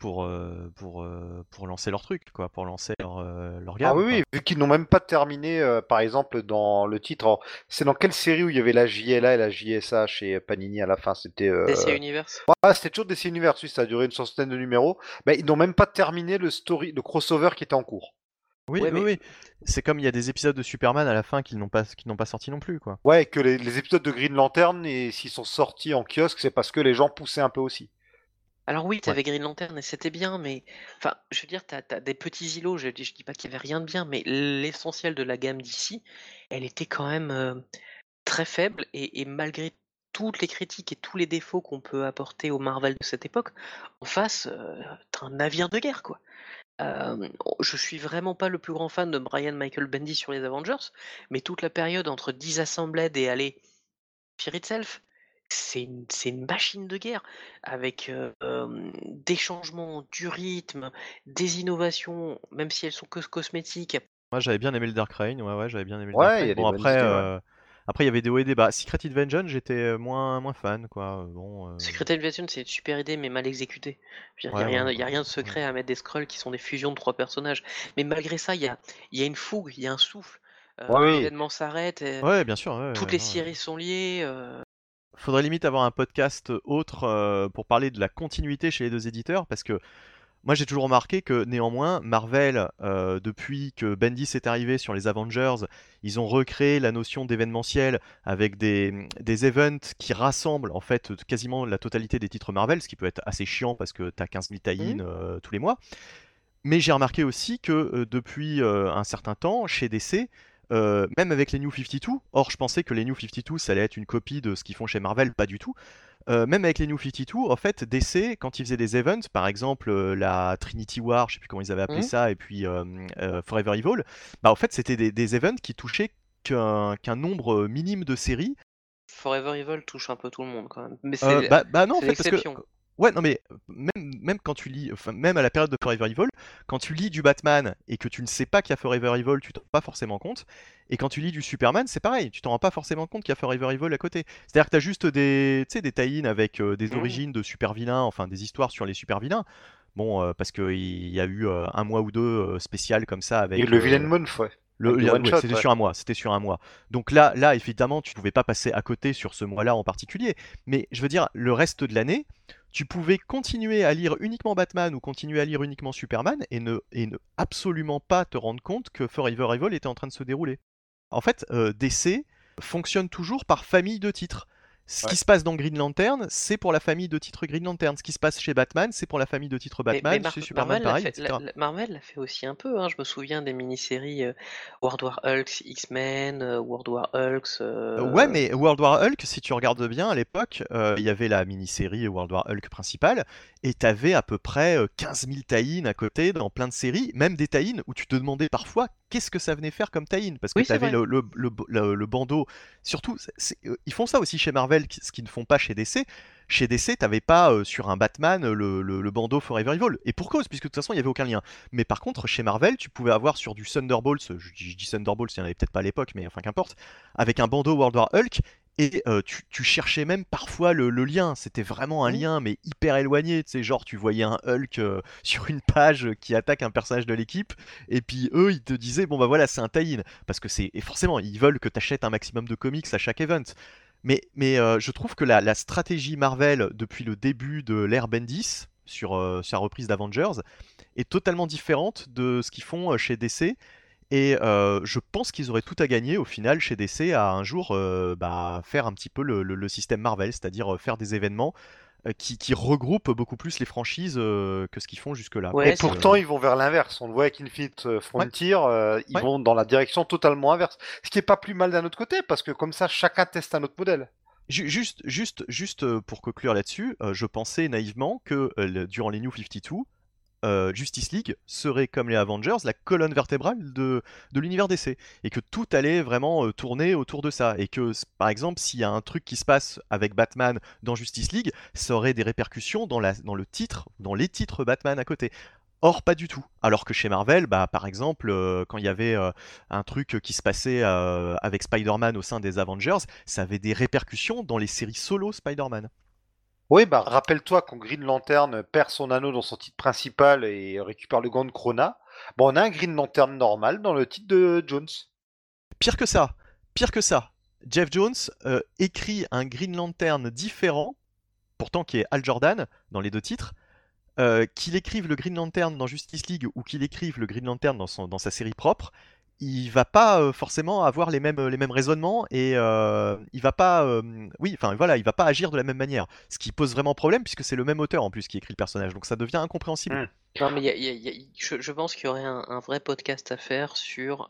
pour lancer leur truc, quoi, pour lancer leur
Ah
gamme,
oui,
quoi.
oui, vu qu'ils n'ont même pas terminé, par exemple, dans le titre. Alors, c'est dans quelle série où il y avait la JLA et la JSA chez Panini à la fin? C'était
DC Universe.
c'était toujours DC Universe, oui, ça a duré une centaine de numéros. Mais ils n'ont même pas terminé le crossover qui était en cours.
Oui,
Ouais,
oui,
mais
oui. C'est comme il y a des épisodes de Superman à la fin qui n'ont pas sorti non plus, quoi.
Ouais, que les épisodes de Green Lantern, et s'ils sont sortis en kiosque, c'est parce que les gens poussaient un peu aussi.
alors oui,
Ouais.
t'avais Green Lantern et c'était bien, mais enfin, je veux dire, t'as des petits îlots. Je dis pas qu'il y avait rien de bien, mais l'essentiel de la gamme d'ici, elle était quand même très faible et malgré toutes les critiques et tous les défauts qu'on peut apporter au Marvel de cette époque, en face, tu un navire de guerre, quoi. Je suis vraiment pas le plus grand fan de Brian Michael Bendis sur les Avengers, mais toute la période entre Disassembled et allez, Fear Itself, c'est une machine de guerre avec, des changements, du rythme, des innovations, même si elles sont que cosmétiques.
Moi, j'avais bien aimé le Dark Reign, ouais, j'avais bien aimé le Dark
Ouais, il y
Reign.
a des
Bon,
bonnes
après,
idées, ouais.
après, il y avait des hauts et des bas. Secret Invasion, j'étais moins fan, quoi. Bon,
Secret Invasion, c'est une super idée, mais mal exécutée. Je veux dire,
ouais, ouais,
y a rien de
ouais.
secret à mettre des scrolls qui sont des fusions de 3 personnages. Mais malgré ça, il y a une fougue, il y a un souffle.
Ouais, oui.
L'événement s'arrête,
Ouais, bien sûr, ouais,
toutes
ouais,
les
non,
séries sont liées.
faudrait limite avoir un podcast autre pour parler de la continuité chez les deux éditeurs, parce que moi j'ai toujours remarqué que néanmoins Marvel, depuis que Bendis est arrivé sur les Avengers, ils ont recréé la notion d'événementiel avec des events qui rassemblent en fait quasiment la totalité des titres Marvel, ce qui peut être assez chiant parce que t'as 15 000 tie-in
Mhm.
tous les mois. Mais j'ai remarqué aussi que depuis un certain temps, chez DC, même avec les New 52, or je pensais que les New 52 ça allait être une copie de ce qu'ils font chez Marvel, pas du tout. Même avec les New 52, en fait, DC, quand ils faisaient des events, par exemple la Trinity War, je sais plus comment ils avaient appelé
Mhm.
ça, et puis Forever Evil, bah en fait c'était des events qui touchaient qu'un nombre minime de séries.
Forever Evil touche un peu tout le monde quand même. Mais
Bah non en
c'est
fait parce que
l'exception.
ouais non mais même quand tu lis, enfin même à la période de Forever Evil, quand tu lis du Batman et que tu ne sais pas qu'il y a Forever Evil, tu t'en rends pas forcément compte. Et quand tu lis du Superman, c'est pareil, tu t'en rends pas forcément compte qu'il y a Forever Evil à côté. C'est-à-dire que t'as juste des, tu sais, des tie-in avec des
Mhm.
origines de super vilains, enfin des histoires sur les super vilains. Bon, parce qu'il y a eu un mois ou deux spécial comme ça
Et
avec
le Villain Month, ouais. Avec des
Ouais,
one-shots,
c'était
ouais.
sur un mois, c'était sur un mois. Donc là, évidemment, tu pouvais pas passer à côté sur ce mois-là en particulier. Mais je veux dire, le reste de l'année, tu pouvais continuer à lire uniquement Batman ou continuer à lire uniquement Superman et ne absolument pas te rendre compte que Forever Evil était en train de se dérouler. En fait, DC fonctionne toujours par famille de titres. Ce qui
Ouais.
se passe dans Green Lantern, c'est pour la famille de titres Green Lantern. Ce qui se passe chez Batman, c'est pour la famille de titres
Mais
Batman. Chez Superman, pareil, etc.
Marvel l'a fait aussi un peu, hein. Je me souviens des mini-séries World War Hulk, X-Men, World War Hulks.
Ouais, mais World War Hulk, si tu regardes bien à l'époque, il y avait la mini-série World War Hulk principale, et t'avais à peu près 15 000 tie-in à côté dans plein de séries, même des tie-in où tu te demandais parfois qu'est-ce que ça venait faire comme tie-in, parce que
Oui, c'est
t'avais
vrai.
le bandeau. Surtout, ils font ça aussi chez Marvel, ce qu'ils ne font pas chez DC. Chez DC, t'avais pas sur un Batman le bandeau Forever Evil. Et pour cause, puisque de toute façon, il n'y avait aucun lien. Mais par contre, chez Marvel, tu pouvais avoir sur du Thunderbolts, je dis Thunderbolts, il n'y en avait peut-être pas à l'époque, mais enfin qu'importe, avec un bandeau World War Hulk. Et tu cherchais même parfois le lien. C'était vraiment un
Mhm.
lien, mais hyper éloigné. Tu sais, genre, tu voyais un Hulk sur une page qui attaque un personnage de l'équipe. Et puis eux, ils te disaient, bon bah voilà, c'est un tie-in. Parce que c'est. Et forcément, ils veulent que tu achètes un maximum de comics à chaque event. Mais je trouve que la stratégie Marvel, depuis le début de l'ère Bendis, sur sa reprise d'Avengers, est totalement différente de ce qu'ils font chez DC. Et je pense qu'ils auraient tout à gagner au final chez DC à un jour faire un petit peu le système Marvel, c'est-à-dire faire des événements qui regroupent beaucoup plus les franchises que ce qu'ils font jusque-là, quoi.
Et
Ouais, c'est
pourtant,
vrai.
ils vont vers l'inverse. On le voit avec Infinite
Ouais,
Frontier, ils
ouais.
vont dans la direction totalement inverse. Ce qui est pas plus mal d'un autre côté, parce que comme ça, chacun teste un autre modèle.
Juste pour conclure là-dessus, je pensais naïvement que durant les New 52, Justice League serait, comme les Avengers, la colonne vertébrale de l'univers DC. Et que tout allait vraiment tourner autour de ça. Et que, par exemple, s'il y a un truc qui se passe avec Batman dans Justice League, ça aurait des répercussions dans le titre, dans les titres Batman à côté. Or, pas du tout. Alors que chez Marvel, par exemple, quand il y avait un truc qui se passait avec Spider-Man au sein des Avengers, ça avait des répercussions dans les séries solo Spider-Man.
Oui, rappelle-toi quand Green Lantern perd son anneau dans son titre principal et récupère le gant de Krona. On a un Green Lantern normal dans le titre de Jones.
Pire que ça. Jeff Jones écrit un Green Lantern différent, pourtant qui est Hal Jordan dans les deux titres. Qu'il écrive le Green Lantern dans Justice League ou qu'il écrive le Green Lantern dans sa série propre, il va pas forcément avoir les mêmes raisonnements et il va pas, il va pas agir de la même manière. Ce qui pose vraiment problème puisque c'est le même auteur en plus qui écrit le personnage, donc ça devient incompréhensible.
Non, mais je pense qu'il y aurait un vrai podcast à faire sur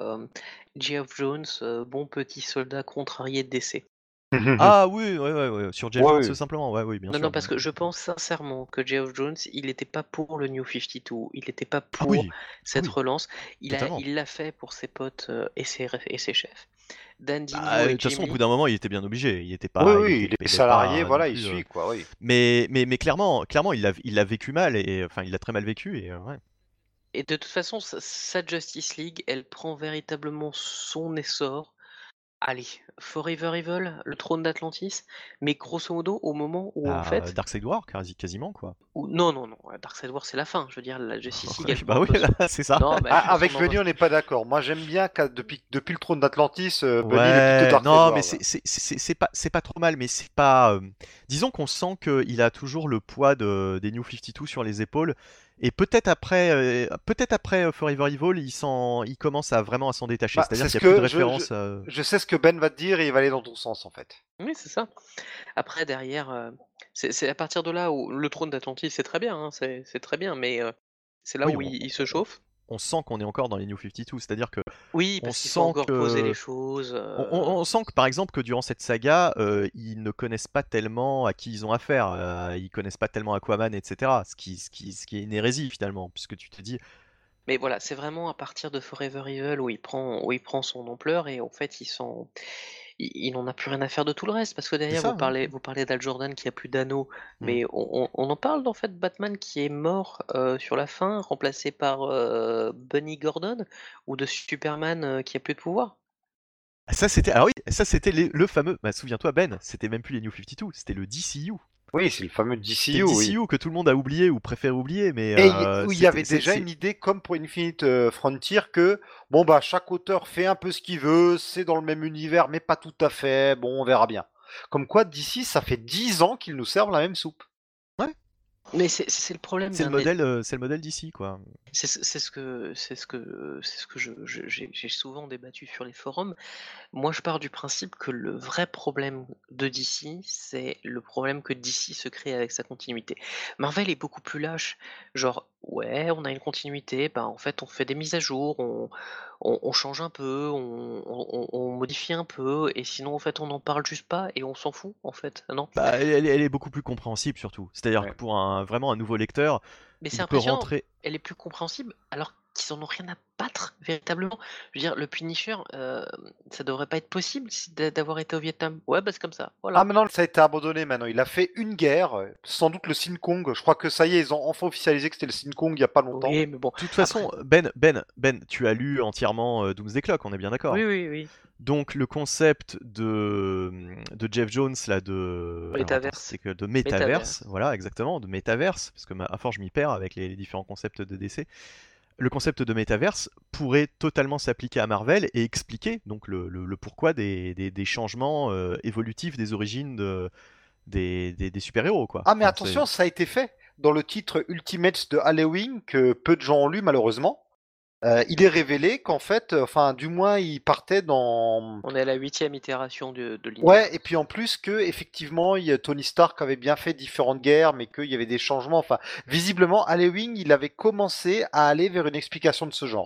Geoff Jones, bon petit soldat contrarié de DC.
Ah oui, ouais, sur Jeff Jones simplement, oui, bien sûr.
Non, parce que je pense sincèrement que Geoff Jones, il n'était pas pour le New 52, il n'était pas pour cette relance. Il l'a fait pour ses potes et ses chefs. Dan Dino et
de toute façon, au bout d'un moment, il était bien obligé. Il était pas.
il est salarié, voilà, il suit quoi. Oui.
Mais clairement, il l'a vécu mal et enfin, il l'a très mal vécu et ouais.
Et de toute façon, sa Justice League, elle prend véritablement son essor. Allez, Forever Evil, le trône d'Atlantis, mais grosso modo, au moment où en fait.
Darkseid War, quasiment quoi.
Non, Darkseid War c'est la fin, je veux dire, la Justice League.
C'est ça.
Non, avec Benny, on n'est pas d'accord. Moi j'aime bien depuis le trône d'Atlantis, Benny
le de Darkseid War. Non, mais c'est pas trop mal, mais c'est pas. Disons qu'on sent qu'il a toujours le poids des New 52 sur les épaules. Et peut-être après Forever Evil, il commence vraiment à s'en détacher. C'est-à-dire qu'il n'y a plus de référence.
Je sais ce que Ben va te dire et il va aller dans ton sens en fait.
Oui, c'est ça. Après, derrière, c'est à partir de là où le trône d'Atlantis, c'est très bien, hein, c'est très bien, mais c'est là où il se chauffe.
On sent qu'on est encore dans les New 52, c'est-à-dire que
oui, parce qu'il faut encore poser les choses.
On sent que par exemple que durant cette saga, ils ne connaissent pas tellement à qui ils ont affaire, ils connaissent pas tellement Aquaman, etc. Ce qui est une hérésie finalement, puisque tu te dis.
Mais voilà, c'est vraiment à partir de Forever Evil où il prend son ampleur et en fait il n'en a plus rien à faire de tout le reste, parce que derrière vous parlez d'Hal Jordan qui a plus d'anneaux, mais on en parle en fait, Batman qui est mort sur la fin, remplacé par Bunny Gordon, ou de Superman qui a plus de pouvoir.
Ça c'était le fameux, souviens-toi Ben, c'était même plus les New 52, c'était le DCU.
Oui, c'est le fameux DCU.
Le DCU que tout le monde a oublié ou préfère oublier, mais
où il y avait déjà une idée comme pour Infinite Frontier que chaque auteur fait un peu ce qu'il veut, c'est dans le même univers mais pas tout à fait, on verra bien. Comme quoi d'ici ça fait 10 ans qu'ils nous servent la même soupe.
Ouais.
Mais c'est le problème.
C'est le modèle d'ici quoi.
C'est ce que j'ai souvent débattu sur les forums. Moi, je pars du principe que le vrai problème de DC, c'est le problème que DC se crée avec sa continuité. Marvel est beaucoup plus lâche. Genre, ouais, on a une continuité, en fait, on fait des mises à jour, on change un peu, on modifie un peu, et sinon, en fait, on n'en parle juste pas et on s'en fout, en fait, non?
Elle est beaucoup plus compréhensible surtout. C'est-à-dire que pour vraiment un nouveau lecteur,
mais c'est impressionnant, elle est plus compréhensible alors qu'ils en ont rien à battre véritablement. Je veux dire, le Punisher, ça devrait pas être possible d'avoir été au Vietnam. Ouais, c'est comme ça. Voilà.
Ah, maintenant ça a été abandonné. Maintenant, il a fait une guerre, sans doute le Sin Kong. Je crois que ça y est, ils ont enfin officialisé que c'était le Sin Kong il y a pas longtemps.
Oui, mais bon.
De toute façon, Ben, tu as lu entièrement Doomsday Clock, on est bien d'accord.
Oui.
Donc le concept de Jeff Jones là de Metaverse, voilà exactement, de Metaverse, parce que à force je m'y perds avec les différents concepts de DC. Le concept de Metaverse pourrait totalement s'appliquer à Marvel et expliquer donc le pourquoi des changements évolutifs des origines des super-héros quoi.
Ah mais attention, ça a été fait dans le titre Ultimates de Halloween que peu de gens ont lu malheureusement. Il est révélé qu'en fait, du moins, il partait dans.
On est à la 8e itération de l'univers.
Ouais, et puis en plus que effectivement, Tony Stark avait bien fait différentes guerres, mais qu'il y avait des changements. Visiblement, Halloween, il avait commencé à aller vers une explication de ce genre.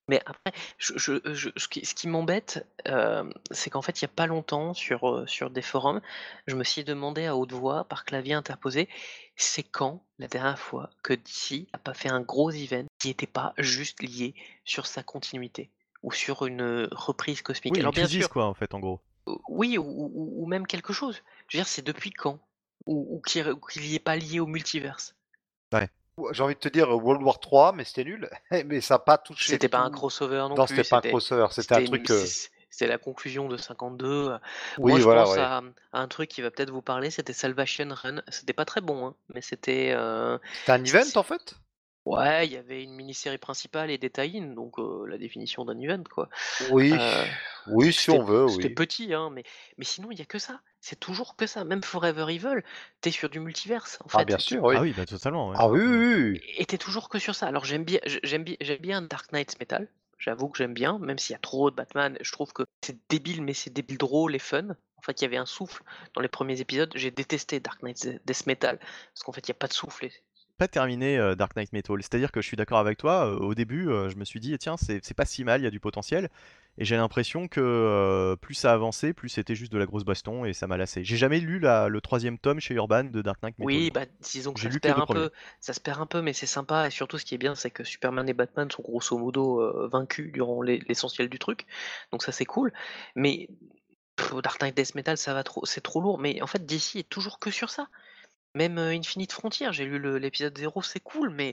Mais après, ce qui m'embête, c'est qu'en fait, il y a pas longtemps sur des forums, je me suis demandé à haute voix, par clavier interposé, c'est quand la dernière fois que DC a pas fait un gros event qui était pas juste lié sur sa continuité ou sur une, reprise cosmique?
Oui, une
Alors bien
crisis
sûr,
quoi, en fait, en gros.
oui ou même quelque chose. Je veux dire, c'est depuis quand? Ou qu'il y ait pas lié au multiverse?
Ouais.
J'ai envie de te dire World War 3, mais c'était nul. Mais ça n'a pas touché
C'était
du
pas un
tout.
crossover non
Non,
plus,
c'était pas un
c'était
crossover, c'était un
c'était une
truc.
c'était la conclusion de 52. Moi
Oui,
je
voilà,
pense
ouais.
à un truc qui va peut-être vous parler, c'était Salvation Run. C'était pas très bon, hein, mais c'était,
C'était un event
c
en fait?
ouais, il y avait une mini-série principale et des tie-in, donc la définition d'un event, quoi.
Oui,
Heu,
oui, si on
c'était
veut,
c'était
oui.
petit, hein, mais sinon il y a que ça. C'est toujours que ça. Même Forever Evil, tu sur du multiverse, en
Ah, bien
fait,
sûr,
Ah
oui.
oui, bah totalement, ouais.
Ah oui,
Mmh.
oui, oui.
et tu toujours que sur ça. Alors j'aime bien Dark Knight Metal, j'avoue que j'aime bien, même s'il y a trop de Batman, je trouve que c'est débile, mais c'est débile drôle et fun. En fait, il y avait un souffle dans les premiers épisodes. J'ai détesté Dark Knight Death Metal, parce qu'en fait, il y a pas de souffle
Pas terminé Dark Knight Metal. C'est-à-dire que je suis d'accord avec toi, au début, je me suis dit: «Tiens, c'est pas si mal, il y a du potentiel» et j'ai l'impression que, plus ça avançait, plus c'était juste de la grosse baston et ça m'a lassé. J'ai jamais lu le 3e tome chez Urban de Dark Knight Metal.
Oui, bah, disons que
J'ai lu que les 2 premiers.
ça se perd un peu, mais c'est sympa et surtout ce qui est bien, c'est que Superman et Batman sont grosso modo, vaincus durant l'essentiel du truc, donc ça, c'est cool. Mais Dark Knight Death Metal, ça va trop c'est trop lourd, mais en fait, DC est toujours que sur ça. Même, Infinite Frontier, j'ai lu l'épisode 0, c'est cool, mais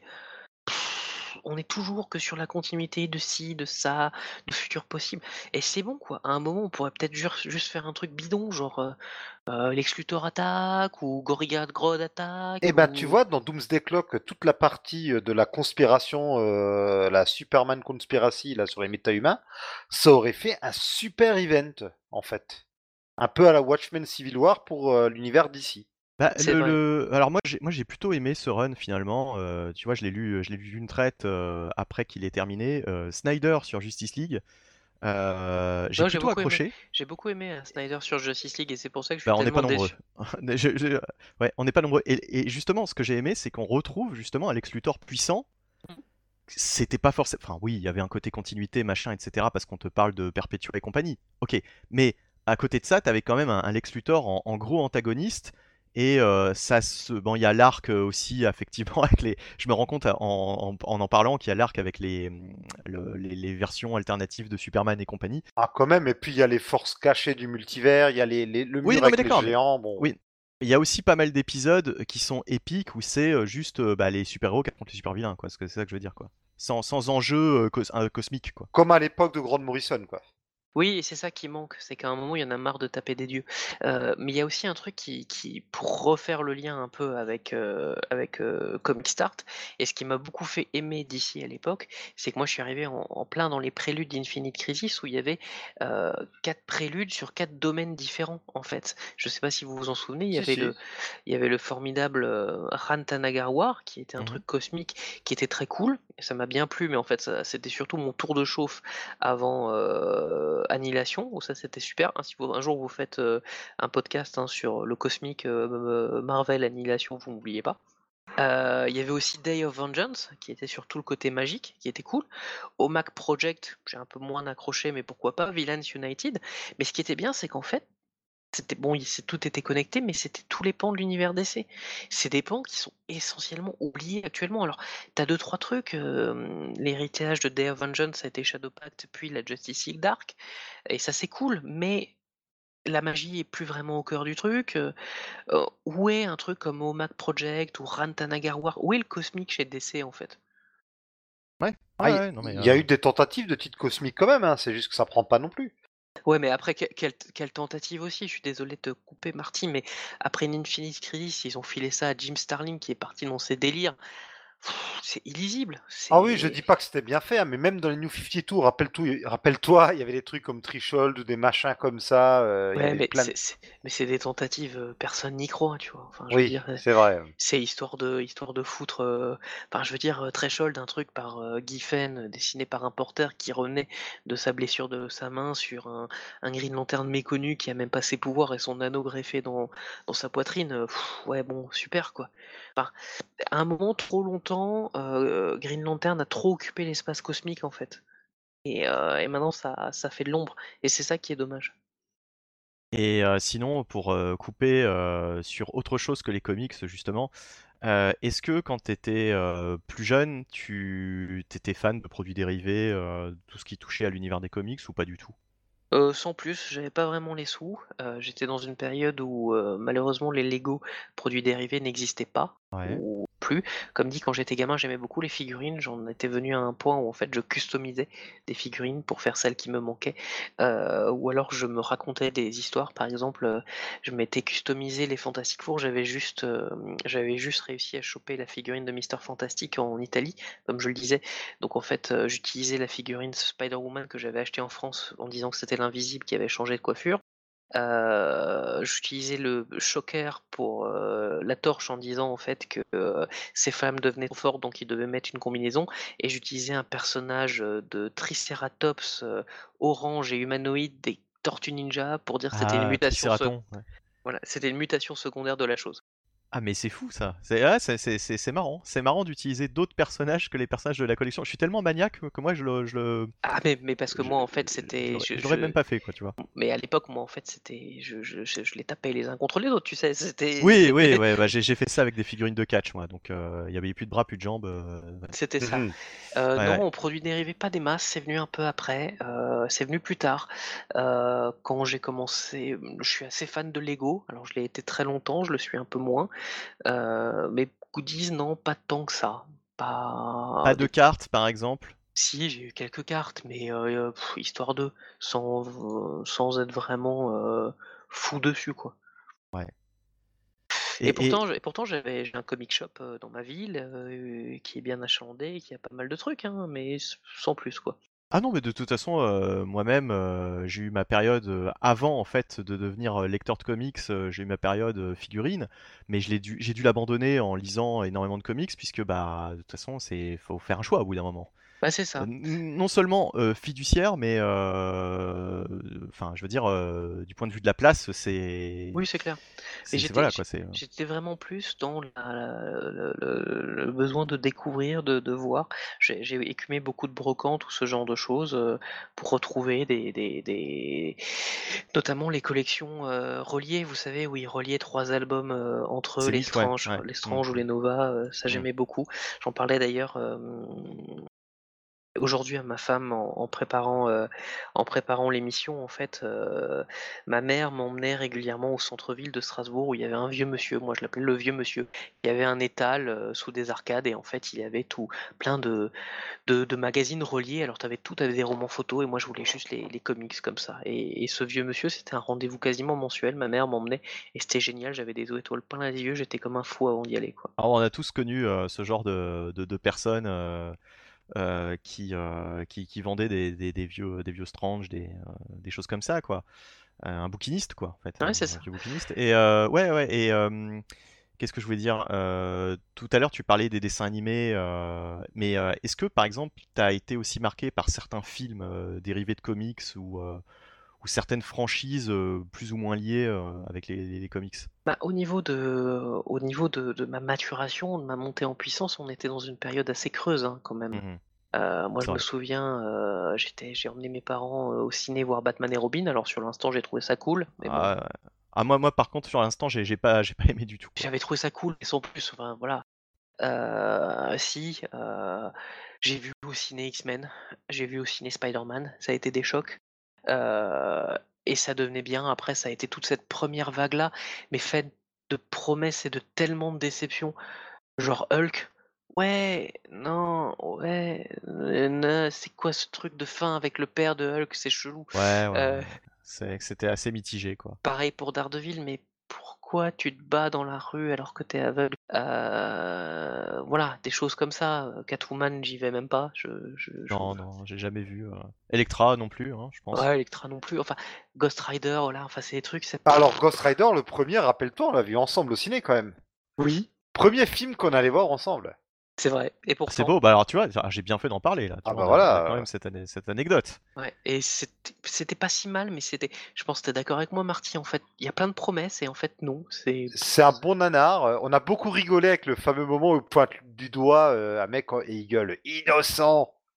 on est toujours que sur la continuité de ci, de ça, de futur possible et c'est bon, quoi. À un moment, on pourrait peut-être juste faire un truc bidon, genre, Lex Luthor attaque ou Gorilla Grodd
Eh
attaque
ben, tu
ou
vois, dans Doomsday Clock, toute la partie de la conspiration, la Superman Conspiracy là sur les méta-humains, ça aurait fait un super event, en fait. Un peu à la Watchmen Civil War pour l'univers d'ici.
Bah,
c'est vrai.
alors moi j'ai plutôt aimé ce run finalement, tu vois, je l'ai lu d'une traite, après qu'il ait terminé, Snyder sur Justice League, j'ai
Non,
plutôt accroché.
j'ai beaucoup aimé, Snyder sur Justice League et c'est pour ça que je suis
Bah, on n'est pas
tellement
nombreux.
déçu.
Ouais, on n'est pas nombreux et justement ce que j'ai aimé, c'est qu'on retrouve justement un Lex Luthor puissant. C'était pas forcément, enfin oui, il y avait un côté continuité, machin et cetera parce qu'on te parle de Perpetua et compagnie. OK, mais à côté de ça, tu avais quand même un Lex Luthor en gros antagoniste et ça se bon, il y a l'arc, aussi effectivement avec les je me rends compte en parlant qu'il y a l'arc avec les versions alternatives de Superman et compagnie.
Ah, quand même, et puis il y a les forces cachées du multivers, il y a le
Oui,
mur
non mais
avec les
d'accord, mais
géants, bon.
oui. Il y a aussi pas mal d'épisodes qui sont épiques où c'est juste bah, les super-héros qui affrontent les super-vilains, quoi. C'est ça que je veux dire, quoi. Sans enjeu cosmique, quoi.
Comme à l'époque de Grant Morrison, quoi.
Oui, c'est ça qui manque, c'est qu'à un moment, il y en a marre de taper des dieux. Mais il y a aussi un truc qui pour refaire le lien un peu avec Comic Start et ce qui m'a beaucoup fait aimer DC à l'époque, c'est que moi, je suis arrivé en plein dans les préludes d'Infinite Crisis où il y avait, 4 préludes sur 4 domaines différents, en fait. Je sais pas si vous vous en souvenez,
Si, si.
il y avait le formidable, Rann-Tanagar War qui était un
Mhm.
truc cosmique qui était très cool et ça m'a bien plu, mais en fait, ça c'était surtout mon tour de chauffe avant, Annihilation, où ça c'était super, hein, si vous un jour vous faites, un podcast, hein, sur le cosmique, Marvel Annihilation, vous m'oubliez pas. Il y avait aussi Day of Vengeance, qui était sur tout le côté magique, qui était cool. OMAC Project, j'ai un peu moins accroché, mais pourquoi pas. Villains United, mais ce qui était bien, c'est qu'en fait, c'était bon, tout était connecté, mais c'était tous les pans de l'univers DC. C'est des pans qui sont essentiellement oubliés actuellement. Alors, t'as deux trois trucs, l'héritage de Day of Vengeance, ça a été Shadow Pact, puis la Justice League Dark, et ça c'est cool, mais la magie est plus vraiment au cœur du truc. Où est un truc comme OMAC Project ou Rann-Tanagar War? Où est le cosmique chez DC en fait?
Ouais, ouais,
Ah,
ouais, non mais
il y a eu des tentatives de titres cosmiques quand même, hein, c'est juste que ça prend pas non plus.
Ouais, mais après quelle tentative aussi, je suis désolé de te couper Marty, mais après une Infinite Crisis, ils ont filé ça à Jim Starlin qui est parti dans ses délires. C'est illisible,
Ah oui, je
c'est
dis pas que c'était bien fait, hein, mais même dans les New 52, rappelle-toi, il y avait des trucs comme Threshold ou des machins comme ça, il y
ouais,
avait
mais
plein de...
c'est des tentatives, personne n'y croit, tu vois? Enfin, je veux
Oui,
dire,
c'est vrai.
c'est histoire de foutre, enfin, je veux dire, Threshold, un truc par, Giffen, dessiné par un porteur qui revenait de sa blessure de sa main sur un Green Lantern méconnu qui a même pas ses pouvoirs et son anneau greffé dans sa poitrine, ouais, bon, super, quoi. Enfin, à un moment, trop longtemps, Green Lantern a trop occupé l'espace cosmique, en fait. Et maintenant ça fait de l'ombre et c'est ça qui est dommage.
Et sinon, pour couper sur autre chose que les comics, justement, est-ce que quand tu étais plus jeune, tu étais fan de produits dérivés, tout ce qui touchait à l'univers des comics ou pas du tout?
Sans plus, j'avais pas vraiment les sous, j'étais dans une période où, malheureusement les Lego produits dérivés n'existaient pas
Ouais.
ou plus. Comme dit, quand j'étais gamin, j'aimais beaucoup les figurines, j'en étais venu à un point où en fait je customisais des figurines pour faire celles qui me manquaient, ou alors je me racontais des histoires. Par exemple, je m'étais customisé les Fantastic Four, j'avais juste réussi à choper la figurine de Mister Fantastic en Italie, comme je le disais. Donc en fait, j'utilisais la figurine Spider-Woman que j'avais achetée en France en disant que c'était l'invisible qui avait changé de coiffure. J'utilisais le Shocker pour, la torche en disant en fait que, ces femmes devenaient trop fortes donc ils devaient mettre une combinaison et j'utilisais un personnage, de Triceratops, orange et humanoïde des Tortues Ninja pour dire que c'était une
Ah,
mutation
Triceraton, ouais.
voilà, c'était une mutation secondaire de la chose.
Ah mais c'est fou ça. C'est marrant. C'est marrant d'utiliser d'autres personnages que les personnages de la collection. Je suis tellement maniaque que moi
Ah mais parce que moi en fait c'était
je l'aurais même pas fait quoi, tu vois.
mais à l'époque moi en fait c'était je les tapais les uns contre les autres, tu sais?
Oui, oui, ouais, bah, j'ai fait ça avec des figurines de catch moi, donc il y avait plus de bras, plus de jambes. Ouais.
C'était ça.
Mhm.
Ouais,
Non,
ouais.
en produits dérivés, pas des masses, c'est venu un peu après, c'est venu plus tard. Quand j'ai commencé, je suis assez fan de Lego, alors je l'ai été très longtemps, je le suis un peu moins. Mais goodies, non, pas tant que ça.
Pas
Pas
de
des
cartes par exemple.
si, j'ai eu quelques cartes, mais histoire de, sans être vraiment, fou dessus, quoi.
Ouais.
Et
Et
pourtant j'ai un comic shop, dans ma ville, qui est bien achalandé et qui a pas mal de trucs, hein, mais sans plus, quoi.
ah non, mais de toute façon, moi-même, j'ai eu ma période, avant en fait de devenir, lecteur de comics, j'ai eu ma période, figurine, mais j'ai dû l'abandonner en lisant énormément de comics puisque, bah, de toute façon, faut faire un choix au bout d'un moment.
Bah, c'est ça.
Non seulement, fiduciaire, mais, enfin, je veux dire, du point de vue de la place,
Oui, c'est clair. Mais
voilà quoi, c'est,
j'étais vraiment plus dans le besoin de découvrir, de voir. J'ai écumé beaucoup de brocantes ou ce genre de choses, pour retrouver des notamment les collections, reliées, vous savez, où ils reliaient 3 albums, entre eux,
c'est mythe, ouais, ouais.
Les
Mmh,
Strange ou les Nova, ça
mmh.
j'aimais beaucoup. J'en parlais d'ailleurs, aujourd'hui à ma femme en préparant l'émission en fait, ma mère m'emmenait régulièrement au centre-ville de Strasbourg où il y avait un vieux monsieur, moi je l'appelais le vieux monsieur. Il y avait un étal, sous des arcades et en fait il y avait tout plein de magazines reliés. Alors tu avais des romans photos et moi je voulais juste les comics comme ça et ce vieux monsieur, c'était un rendez-vous quasiment mensuel. Ma mère m'emmenait et c'était génial, j'avais des étoiles plein les yeux, j'étais comme un fou avant d'y aller, quoi.
Alors on a tous connu, ce genre de personnes, qui vendaient des vieux Strange, des choses comme ça, quoi. Un bouquiniste, quoi, en fait,
Ouais,
un
c'est ça.
vieux bouquiniste. Et ouais, ouais, et qu'est-ce que je voulais dire? Tout à l'heure, tu parlais des dessins animés, mais est-ce que, par exemple, tu as été aussi marqué par certains films dérivés de comics ou certaines franchises plus ou moins liées avec les comics?
Bah, au niveau de ma maturation, de ma montée en puissance, on était dans une période assez creuse, hein, quand même.
Mhm.
Moi, je
C'est
me
vrai.
souviens, j'ai emmené mes parents, au ciné voir Batman et Robin. Alors sur l'instant, j'ai trouvé ça cool, mais bon,
Ah, ah, moi, par contre, sur l'instant, j'ai pas aimé du tout, quoi.
j'avais trouvé ça cool, mais sans plus, enfin voilà. Si, j'ai vu au ciné X-Men, j'ai vu au ciné Spider-Man, ça a été des chocs, heu et ça devenait bien. Après, ça a été toute cette première vague-là, mais faite de promesses et de tellement de déceptions. Genre Hulk, ouais, non, ouais, c'est quoi ce truc de fin avec le père de Hulk? C'est chelou.
Ouais, ouais,
Heu,
ouais. C'était assez mitigé, quoi.
Pareil pour Daredevil, mais pourquoi tu te bats dans la rue alors que t'es aveugle? Voilà, des choses comme ça, Catwoman, j'y vais même pas, je
Non, non, j'ai jamais vu. Electra non plus, hein, je pense.
ouais, Elektra non plus, enfin, Ghost Rider, voilà, enfin, c'est des trucs, c'est
Alors, Ghost Rider, le premier, rappelle-toi, on l'a vu ensemble au ciné quand même.
oui,
Premier film qu'on allait voir ensemble.
c'est vrai et
C'est
pourtant
beau, bah alors tu vois, j'ai bien fait d'en parler là, tu
Ah
vois,
bah
on a quand
voilà.
même cette anecdote.
ouais et c'était pas si mal, mais je pense que tu es d'accord avec moi, Marty, en fait, il y a plein de promesses et en fait, non,
C'est un bon nanar. On a beaucoup rigolé avec le fameux moment où il pointe du doigt un mec et il gueule innocent.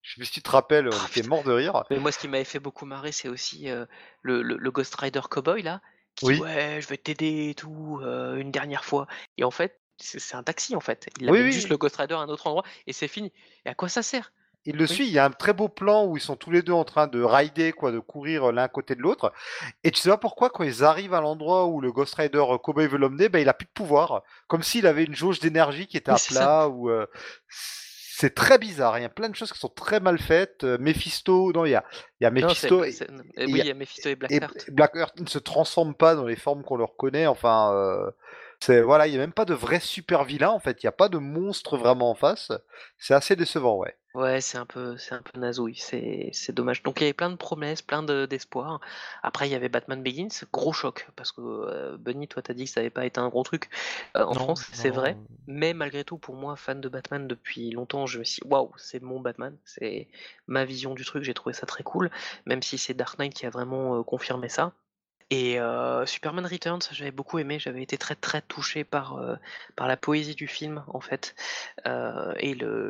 Je sais pas si tu te rappelles, on était mort de rire.
Mais moi, ce qui m'avait fait beaucoup marrer, c'est aussi le Ghost Rider Cowboy là, qui dit
Oui,
ouais, je vais t'aider et tout, une dernière fois. Et en fait, c'est un taxi en fait. Il
oui,
amène juste
oui.
le Ghost Rider à un autre endroit et c'est fini. Et à quoi ça sert?
Il le
Oui.
suit. Il y a un très beau plan où ils sont tous les deux en train de rider, quoi, de courir l'un à côté de l'autre. Et tu sais pas pourquoi, quand ils arrivent à l'endroit où le Ghost Rider Cowboy veut l'emmener, ben, il a plus de pouvoir. Comme s'il avait une jauge d'énergie qui était
Oui,
à
c'est ça.
plat. Ou c'est très bizarre. Il y a plein de choses qui sont très mal faites. Mephisto, non, il y a
Non,
Mephisto
oui, il y a Mephisto et
et
Blackheart.
Blackheart ne se transforme pas dans les formes qu'on leur connaît. Enfin, voilà, il y a même pas de vrai super vilain en fait. Il y a pas de monstre vraiment en face. C'est assez décevant, ouais.
Ouais, c'est un peu nasouille, c'est dommage. Donc il y avait plein de promesses, plein d'espoir. Après, il y avait Batman Begins, gros choc, parce que Bunny, toi, t'as dit que ça n'avait pas été un gros truc en
Non,
France,
non,
c'est vrai.
non.
Mais malgré tout, pour moi, fan de Batman depuis longtemps, je me suis dit, waouh, c'est mon Batman, c'est ma vision du truc, j'ai trouvé ça très cool, même si c'est Dark Knight qui a vraiment confirmé ça. Et Superman Returns, j'avais beaucoup aimé, j'avais été très, très touché par la poésie du film, en fait. Et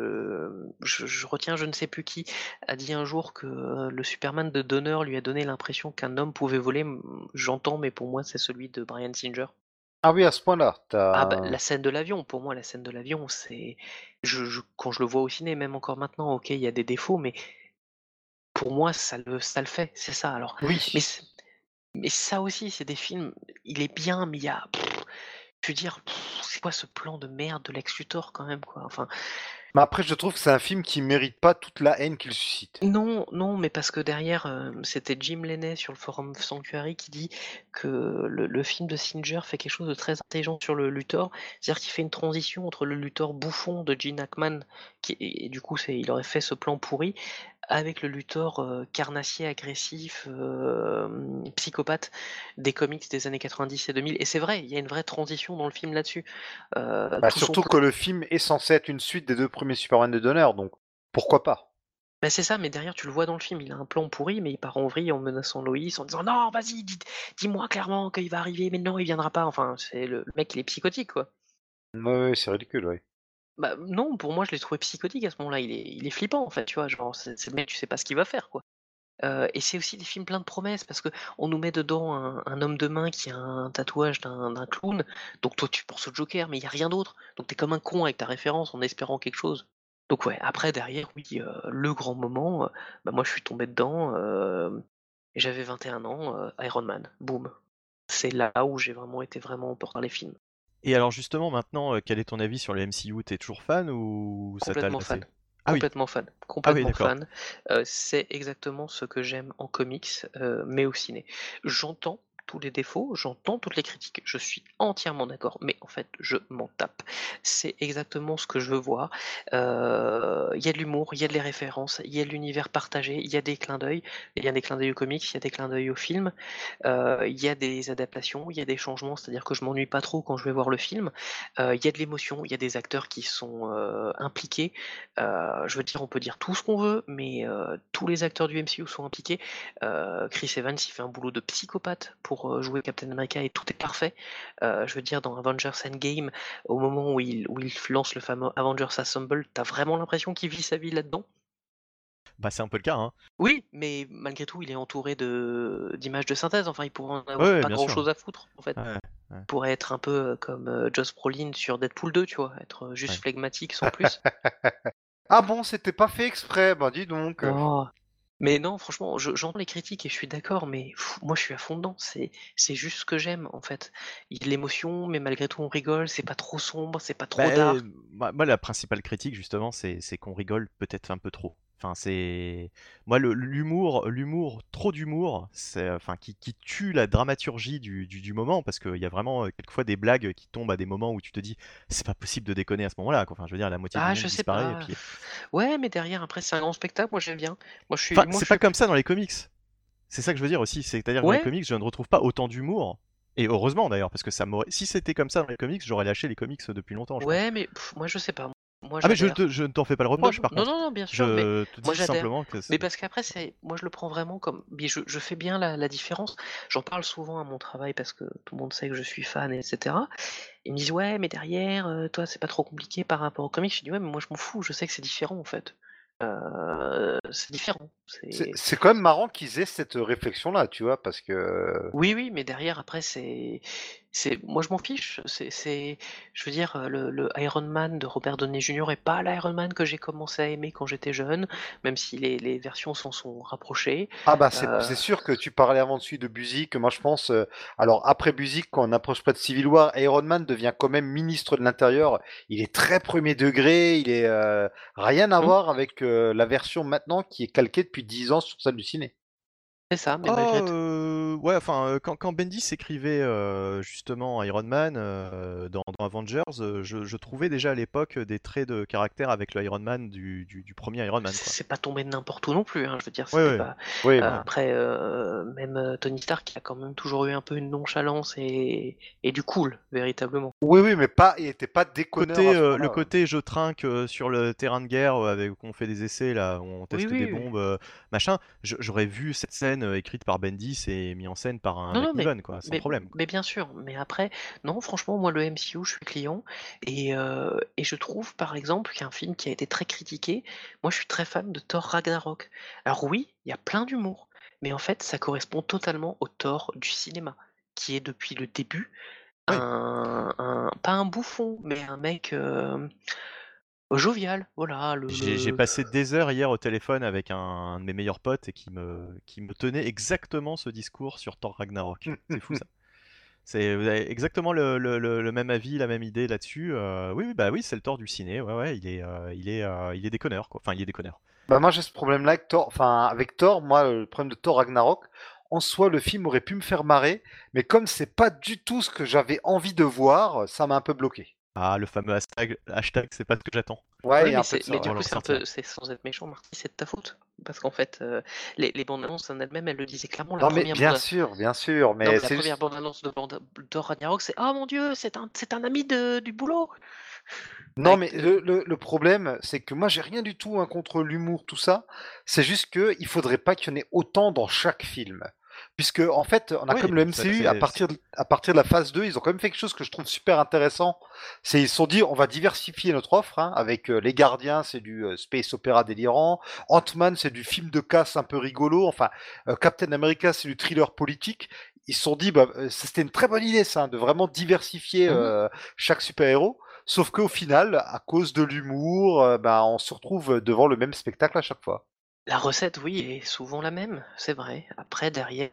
je retiens je ne sais plus qui a dit un jour que le Superman de Donner lui a donné l'impression qu'un homme pouvait voler. J'entends, mais pour moi, c'est celui de Bryan Singer.
Ah oui, à ce point-là.
Ah bah, la scène de l'avion, pour moi, la scène de l'avion, c'est quand je le vois au ciné, même encore maintenant, OK, il y a des défauts, mais pour moi, ça le fait, c'est ça. Alors, mais
Oui.
c mais ça aussi, c'est des films, il est bien, mais il y a je veux dire, c'est quoi ce plan de merde de Lex Luthor quand même, quoi? Enfin,
Mais après, je trouve que c'est un film qui mérite pas toute la haine qu'il suscite.
non, non, mais parce que derrière, c'était Jim Lenné sur le forum Sanctuary qui dit que le film de Singer fait quelque chose de très intelligent sur le Luthor. C'est-à-dire qu'il fait une transition entre le Luthor bouffon de Gene Hackman, et du coup, il aurait fait ce plan pourri, avec le Luthor carnassier, agressif, psychopathe des comics des années 90 et 2000. Et c'est vrai, il y a une vraie transition dans le film là-dessus.
Bah,
Tout son
surtout que le film est censé être une suite des deux premiers Superman de Donner, donc pourquoi pas?
Bah, c'est ça, mais derrière tu le vois dans le film, il a un plan pourri, mais il part en vrille en menaçant Loïs, en disant: «Non, vas-y, dis-moi clairement qu'il va arriver, mais non, il viendra pas». Enfin, c'est le mec, il est psychotique, quoi.
Ouais, ouais, c'est ridicule, ouais.
Bah, non, pour moi, je l'ai trouvé psychotique à ce moment-là, il est flippant, en fait, tu vois? Genre, c'est le mec, tu sais pas ce qu'il va faire, quoi. Et c'est aussi des films pleins de promesses parce que on nous met dedans un homme de main qui a un tatouage d'un clown, donc toi, tu penses au Joker, mais il y a rien d'autre. Donc t'es comme un con avec ta référence en espérant quelque chose. Donc ouais, après derrière, oui, le grand moment, bah, moi je suis tombé dedans, j'avais 21 ans, Iron Man, boum. C'est là où j'ai vraiment été vraiment emporté par les films.
Et alors justement, maintenant, quel est ton avis sur le MCU? T'es toujours fan ou ça t'a
Complètement fan,
lassé? Ah oui,
complètement fan,
ah oui,
complètement
d'accord.
fan. C'est exactement ce que j'aime en comics, mais au ciné. J'entends tous les défauts, j'entends toutes les critiques, je suis entièrement d'accord, mais en fait, je m'en tape. C'est exactement ce que je veux voir. Il y a de l'humour, il y a de les références, il y a de l'univers partagé, il y a des clins d'œil. Il y a des clins d'œil aux comics, il y a des clins d'œil aux films, il y a des adaptations, il y a des changements, c'est-à-dire que je m'ennuie pas trop quand je vais voir le film. Il y a de l'émotion, il y a des acteurs qui sont, impliqués. Je veux dire, on peut dire tout ce qu'on veut, mais tous les acteurs du MCU sont impliqués. Chris Evans, il fait un boulot de psychopathe pour, jouer Captain America et tout est parfait. Je veux dire dans Avengers Endgame, au moment où il lance le fameux Avengers Assemble, tu vraiment l'impression qu'il vit sa vie là-dedans.
Bah, c'est un peu le cas, hein.
Oui, mais malgré tout, il est entouré d'images de synthèse, enfin, il pourrait en
Ouais,
avoir
ouais,
pas
bien sûr.
grand-chose à foutre, en fait.
Ouais, ouais,
Il pourrait être un peu, comme, Joss Brolin sur Deadpool 2, tu vois? Être, juste
ouais.
flegmatique sans plus.
Ah bon, c'était pas fait exprès, bah dis donc.
Non, mais non, franchement, j'entends les critiques et je suis d'accord, mais moi, je suis à fond dedans. C'est juste ce que j'aime, en fait. Il y a de l'émotion, mais malgré tout, on rigole, c'est pas trop sombre, c'est pas
Bah,
trop dark.
moi, la principale critique, justement, c'est qu'on rigole peut-être un peu trop. Enfin, c'est moi l'humour, trop d'humour, c'est enfin qui tue la dramaturgie du moment parce qu'il y a vraiment quelquefois des blagues qui tombent à des moments où tu te dis c'est pas possible de déconner à ce moment-là, quoi. Enfin, je veux dire, la moitié du
Ah,
monde
je sais
disparaît et
pas.
puis.
Ouais, mais derrière, après, c'est un grand spectacle, moi, j'aime bien.
Enfin,
Moi,
c'est
je
pas
suis
comme
plus
ça dans les comics. C'est ça que je veux dire aussi. C'est-à-dire que dans les
ouais,
comics, je ne retrouve pas autant d'humour. Et heureusement d'ailleurs, parce que ça m'aurait. Si c'était comme ça dans les comics, j'aurais lâché les comics depuis longtemps, je pense.
ouais, mais moi, je sais pas. Moi,
Ah mais
j'adhère.
je ne t'en fais pas le
Non,
reproche
non,
par
non,
contre.
non, non, bien sûr, mais
Je te
moi
dis
j'adhère.
simplement que
Mais parce qu'après, moi je le prends vraiment comme. Mais je fais bien la différence. J'en parle souvent à mon travail parce que tout le monde sait que je suis fan, etc. Ils me disent ouais, mais derrière, toi, c'est pas trop compliqué par rapport aux comics. Je dis ouais, mais moi je m'en fous. Je sais que c'est différent en fait. c'est différent.
C'est quand même marrant qu'ils aient cette réflexion-là, tu vois, parce que...
Oui, mais derrière, après, moi, je m'en fiche. Je veux dire, le Iron Man de Robert Downey Jr. est pas l'Iron Man que j'ai commencé à aimer quand j'étais jeune, même si les versions s'en sont rapprochées.
Ah bah c'est sûr que tu parlais avant de celui de Buzik, que moi je pense... alors après Buzik, quand on approche pas de Civil War, Iron Man devient quand même ministre de l'Intérieur. Il est très premier degré, il est rien à voir avec la version maintenant qui est calquée depuis 10 ans sur celle du ciné.
C'est ça, mais malgré tout.
Ouais, enfin, quand Bendis écrivait justement Iron Man dans Avengers, je trouvais déjà à l'époque des traits de caractère avec le Iron Man du premier Iron Man, quoi.
C'est pas tombé de n'importe où non plus, hein, je veux dire,
Ouais,
c'était
ouais.
pas.
Oui,
Après, même Tony Stark, il a quand même toujours eu un peu une nonchalance et du cool, véritablement.
oui, mais il était pas déconneur à ce
Le
point-là.
côté je trinque sur le terrain de guerre avec on fait des essais là, où on
Oui,
teste des
oui.
bombes, machin. J'aurais vu cette scène écrite par Bendis et mis en scène par un
Non,
McNiven, quoi, sans problème.
mais bien sûr. Mais après, non, franchement, moi, le MCU, je suis client. Et je trouve, par exemple, qu'un film qui a été très critiqué, moi, je suis très fan de Thor Ragnarok. Alors oui, il y a plein d'humour, mais en fait, ça correspond totalement au Thor du cinéma, qui est depuis le début
Oui.
pas un bouffon, mais un mec jovial. Voilà,
J'ai passé des heures hier au téléphone avec un de mes meilleurs potes et qui me tenait exactement ce discours sur Thor Ragnarok. C'est fou ça. Vous avez exactement le même avis, la même idée là-dessus. Oui, bah oui, c'est le Thor du ciné. Ouais, ouais, il est déconneur, quoi. Enfin, il est déconneur.
Bah moi j'ai ce problème-là avec Thor. Enfin, avec Thor, moi le problème de Thor Ragnarok, en soi le film aurait pu me faire marrer, mais comme c'est pas du tout ce que j'avais envie de voir, ça m'a un peu bloqué.
Ah, le fameux hashtag, c'est pas ce que j'attends.
Ouais,
Oui,
il y a un peu de
mais
ça.
du
On va
coup,
le ressortir.
c'est sans être méchant, Marty, c'est de ta faute. Parce qu'en fait, les bandes annonces en elles-mêmes, elles le disaient clairement.
Non mais bien sûr,
Non,
mais
mais la
c'est
première
juste.
bande annonce de Ragnarok, c'est oh mon Dieu, c'est un ami du boulot.
Non mais
Avec,
le problème, c'est que moi j'ai rien du tout contre l'humour, tout ça. C'est juste que il faudrait pas qu'il y en ait autant dans chaque film. Puisque en fait, on a
Oui,
comme le MCU, à partir de la phase 2, ils ont quand même fait quelque chose que je trouve super intéressant. C'est ils se sont dit, on va diversifier notre offre, hein, avec les Gardiens, c'est du space opéra délirant. Ant-Man, c'est du film de casse un peu rigolo. Enfin, Captain America, c'est du thriller politique. Ils se sont dit, bah, c'était une très bonne idée, ça, hein, de vraiment diversifier chaque super-héros. Sauf qu'au final, à cause de l'humour, bah, on se retrouve devant le même spectacle à chaque fois.
La recette, oui, est souvent la même, c'est vrai. Après, derrière,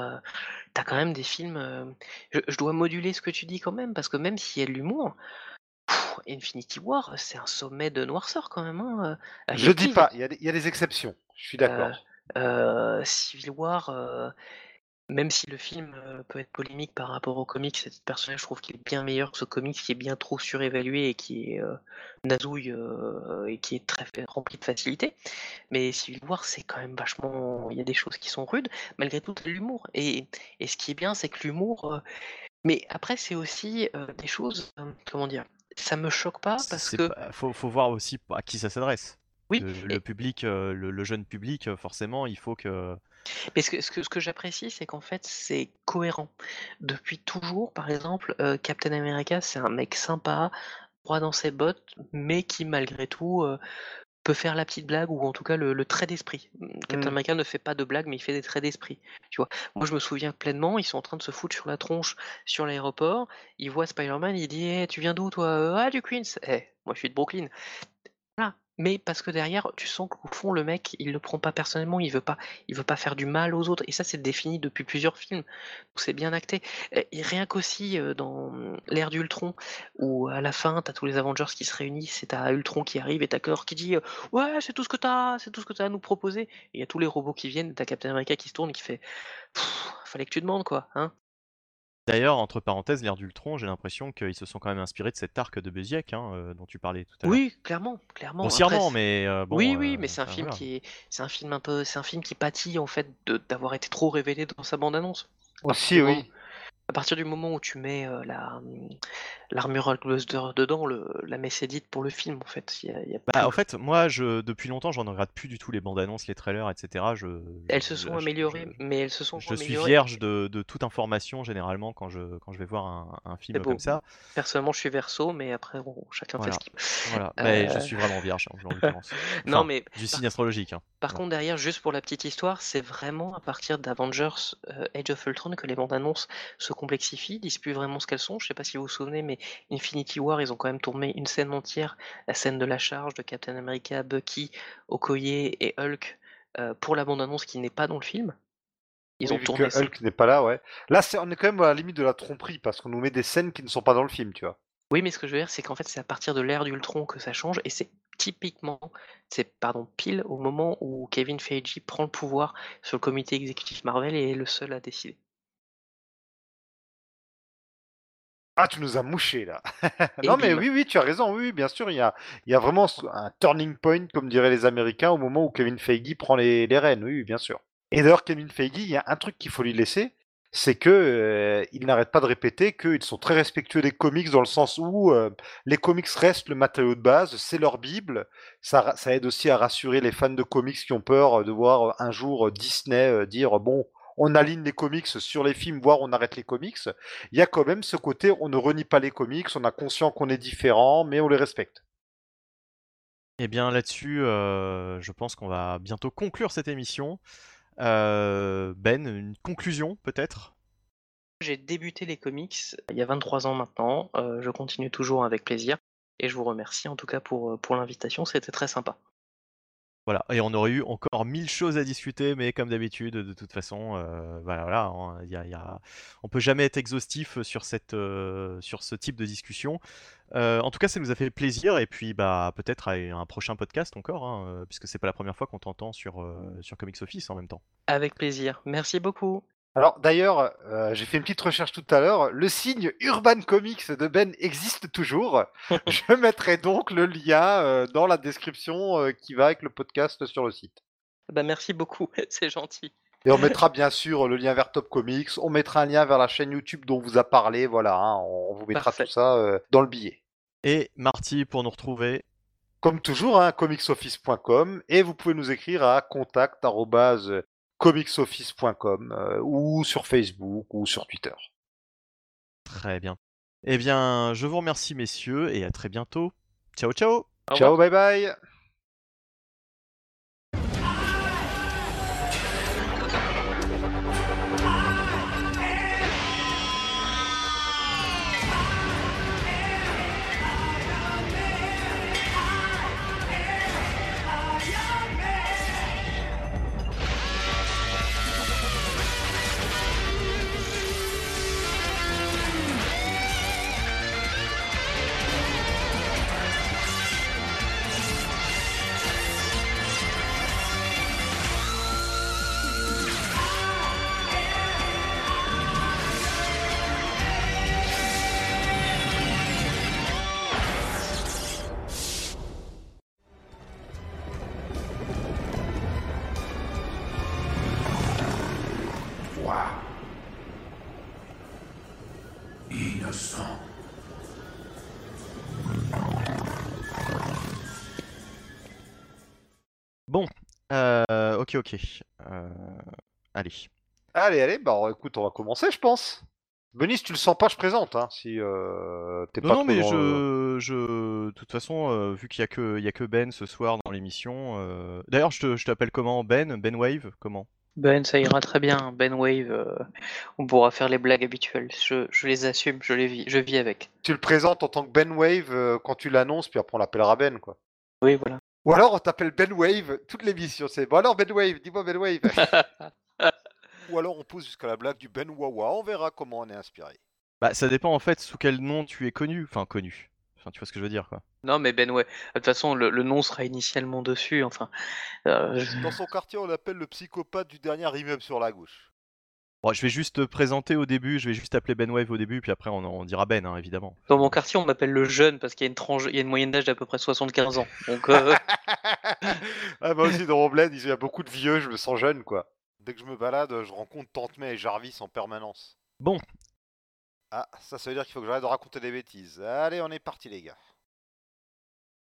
tu quand même des films. Je dois moduler ce que tu dis quand même, parce que même s'il y a de l'humour, Infinity War, c'est un sommet de noirceur quand même. Hein.
Je dis pas, il y a des exceptions, je suis
Euh,
d'accord.
Civil War, même si le film peut être polémique par rapport au comics, cet personnage, je trouve qu'il est bien meilleur que ce comics qui est bien trop surévalué et qui est nasouille et qui est rempli de facilité. Mais Civil War, c'est quand même vachement. Il y a des choses qui sont rudes, malgré tout, t'as l'humour. Et ce qui est bien, c'est que l'humour. Mais après, c'est aussi des choses. Comment dire? Ça me choque pas parce
C'est
que.
pas, faut voir aussi à qui ça s'adresse.
Oui,
Le public, le jeune public, forcément, il faut que.
mais ce que j'apprécie, c'est qu'en fait, c'est cohérent. Depuis toujours, par exemple, Captain America, c'est un mec sympa, droit dans ses bottes, mais qui malgré tout peut faire la petite blague ou en tout cas le trait d'esprit. Captain
Hmm.
America ne fait pas de blague, mais il fait des traits d'esprit. Tu vois. Moi, je me souviens pleinement, ils sont en train de se foutre sur la tronche sur l'aéroport. Il voit Spider-Man, il dit «Eh, tu viens d'où toi? Ah, du Queens. Eh, moi je suis de Brooklyn». Voilà, mais parce que derrière, tu sens qu'au fond, le mec, il le prend pas personnellement, il veut pas faire du mal aux autres et ça, c'est défini depuis plusieurs films, donc c'est bien acté et rien qu'aussi, dans, l'ère d'Ultron où à la fin, t'as tous les Avengers qui se réunissent et tu Ultron qui arrive et tu Thor qui dit, «Ouais, c'est tout ce que t'as à nous proposer» et il y a tous les robots qui viennent et tu Captain America qui se tourne et qui fait: «Fallait que tu demandes quoi, hein?»
D'ailleurs, entre parenthèses, l'ère d'Ultron, j'ai l'impression qu'ils se sont quand même inspirés de cet arc de Busiek, hein, dont tu parlais tout à l'heure.
Oui, clairement, clairement. Après,
Grossièrement, mais
oui,
bon,
oui, mais
enfin, voilà.
c'est un film qui pâtit en fait d'avoir été trop révélé dans sa bande-annonce. Pas
Aussi,
forcément,
oui.
À partir du moment où tu mets l'armure Hulkbuster dedans, la messe est dite pour le film en fait. Il y a
Bah, en
plus.
fait, moi, depuis longtemps, j'en regarde plus du tout les bandes annonces, les trailers, etc.
Elles se sont améliorées, mais elles se sont
je suis
améliorées.
vierge de toute information généralement quand je vais voir un
C'est
film
beau.
comme ça.
Personnellement, je suis Verseau, mais après, bon, chacun fait
Voilà.
ce qu'il veut.
Voilà. Mais je suis vraiment vierge en l'occurrence.
Non,
Enfin,
mais
du signe astrologique. Hein.
par
Bon.
contre, derrière, juste pour la petite histoire, c'est vraiment à partir d'Avengers Age of Ultron que les bandes annonces se complexifient, disent plus vraiment ce qu'elles sont. Je sais pas si vous vous souvenez, mais Infinity War, ils ont quand même tourné une scène entière, la scène de la charge de Captain America, Bucky, Okoye et Hulk, pour la bande annonce qui n'est pas dans le film. Ils
Oui,
ont
vu
tourné
que
ça.
Hulk n'est pas là, ouais. Là, on est quand même à la limite de la tromperie, parce qu'on nous met des scènes qui ne sont pas dans le film, tu vois.
Oui, mais ce que je veux dire, c'est qu'en fait, c'est à partir de l'ère d'Ultron que ça change, et c'est pile au moment où Kevin Feige prend le pouvoir sur le comité exécutif Marvel et est le seul à décider.
Ah, tu nous as mouché là.
Et
Non, mais
bim.
oui, tu as raison. Oui, bien sûr, il y a vraiment un turning point, comme diraient les Américains, au moment où Kevin Feige prend les rênes. Oui, bien sûr. Et d'ailleurs, Kevin Feige, il y a un truc qu'il faut lui laisser, c'est que il n'arrête pas de répéter qu'ils sont très respectueux des comics dans le sens où les comics restent le matériau de base, c'est leur bible. Ça aide aussi à rassurer les fans de comics qui ont peur de voir un jour Disney dire bon, on aligne les comics sur les films, voire on arrête les comics. Il y a quand même ce côté, on ne renie pas les comics, on a conscience qu'on est différent, mais on les respecte.
Et bien là-dessus, je pense qu'on va bientôt conclure cette émission. Ben, une conclusion peut-être?
J'ai débuté les comics il y a 23 ans maintenant, je continue toujours avec plaisir et je vous remercie en tout cas pour l'invitation, c'était très sympa.
Voilà, et on aurait eu encore 1000 choses à discuter, mais comme d'habitude, de toute façon, voilà, hein, on peut jamais être exhaustif sur sur ce type de discussion. En tout cas, ça nous a fait plaisir, et puis bah peut-être à un prochain podcast encore, hein, puisque c'est pas la première fois qu'on t'entend sur Comics Office en même temps.
Avec plaisir, merci beaucoup.
Alors d'ailleurs, j'ai fait une petite recherche tout à l'heure, le signe Urban Comics de Ben existe toujours. Je mettrai donc le lien dans la description qui va avec le podcast sur le site.
Bah merci beaucoup, c'est gentil.
Et on mettra bien sûr le lien vers Top Comics, on mettra un lien vers la chaîne YouTube dont on vous a parlé, voilà, hein, on vous mettra
Parfait.
tout ça dans le billet.
Et Marty, pour nous retrouver,
Comme toujours, hein, comicsoffice.com, et vous pouvez nous écrire à contact@comicsoffice.com ou sur Facebook ou sur Twitter.
très bien. Eh bien, je vous remercie messieurs, et à très bientôt. Ciao ciao!
Au
Ciao,
revoir.
bye bye.
Innocent.
Bon, ok. Allez.
Allez, bah écoute, on va commencer, je pense. Benny, si tu le sens pas, je présente, hein, si t'es
Non,
pas
non,
trop
mais
dans
de toute façon, vu qu'il y a que Ben ce soir dans l'émission. D'ailleurs, je t'appelle comment? Ben Wave, comment?
Ben, ça ira très bien, Ben Wave, on pourra faire les blagues habituelles, je les assume, je vis avec.
Tu le présentes en tant que Ben Wave quand tu l'annonces, puis après on l'appellera Ben, quoi.
Oui, voilà.
Ou alors on t'appelle Ben Wave toute l'émission, c'est bon alors Ben Wave, dis-moi Ben Wave. Ou alors on pousse jusqu'à la blague du Ben Wawa, on verra comment on est inspiré.
Bah, ça dépend en fait sous quel nom tu es connu. Enfin, connu. Enfin, tu vois ce que je veux dire, quoi.
Non, mais Ben Wave, de toute façon, le nom sera initialement dessus, enfin.
Dans son quartier, on l'appelle le psychopathe du dernier immeuble sur la gauche.
Bon, je vais juste te présenter au début, je vais juste appeler Ben Wave au début, puis après on dira Ben, hein, évidemment.
Dans mon quartier, on m'appelle le jeune parce qu'il y a une moyenne d'âge d'à peu près 75 ans. Donc,
Ah, moi aussi, dans mon bled, il y a beaucoup de vieux, je me sens jeune, quoi. Dès que je me balade, je rencontre Tante May et Jarvis en permanence.
Bon,
Ah, ça veut dire qu'il faut que j'arrête de raconter des bêtises. Allez, on est parti les gars.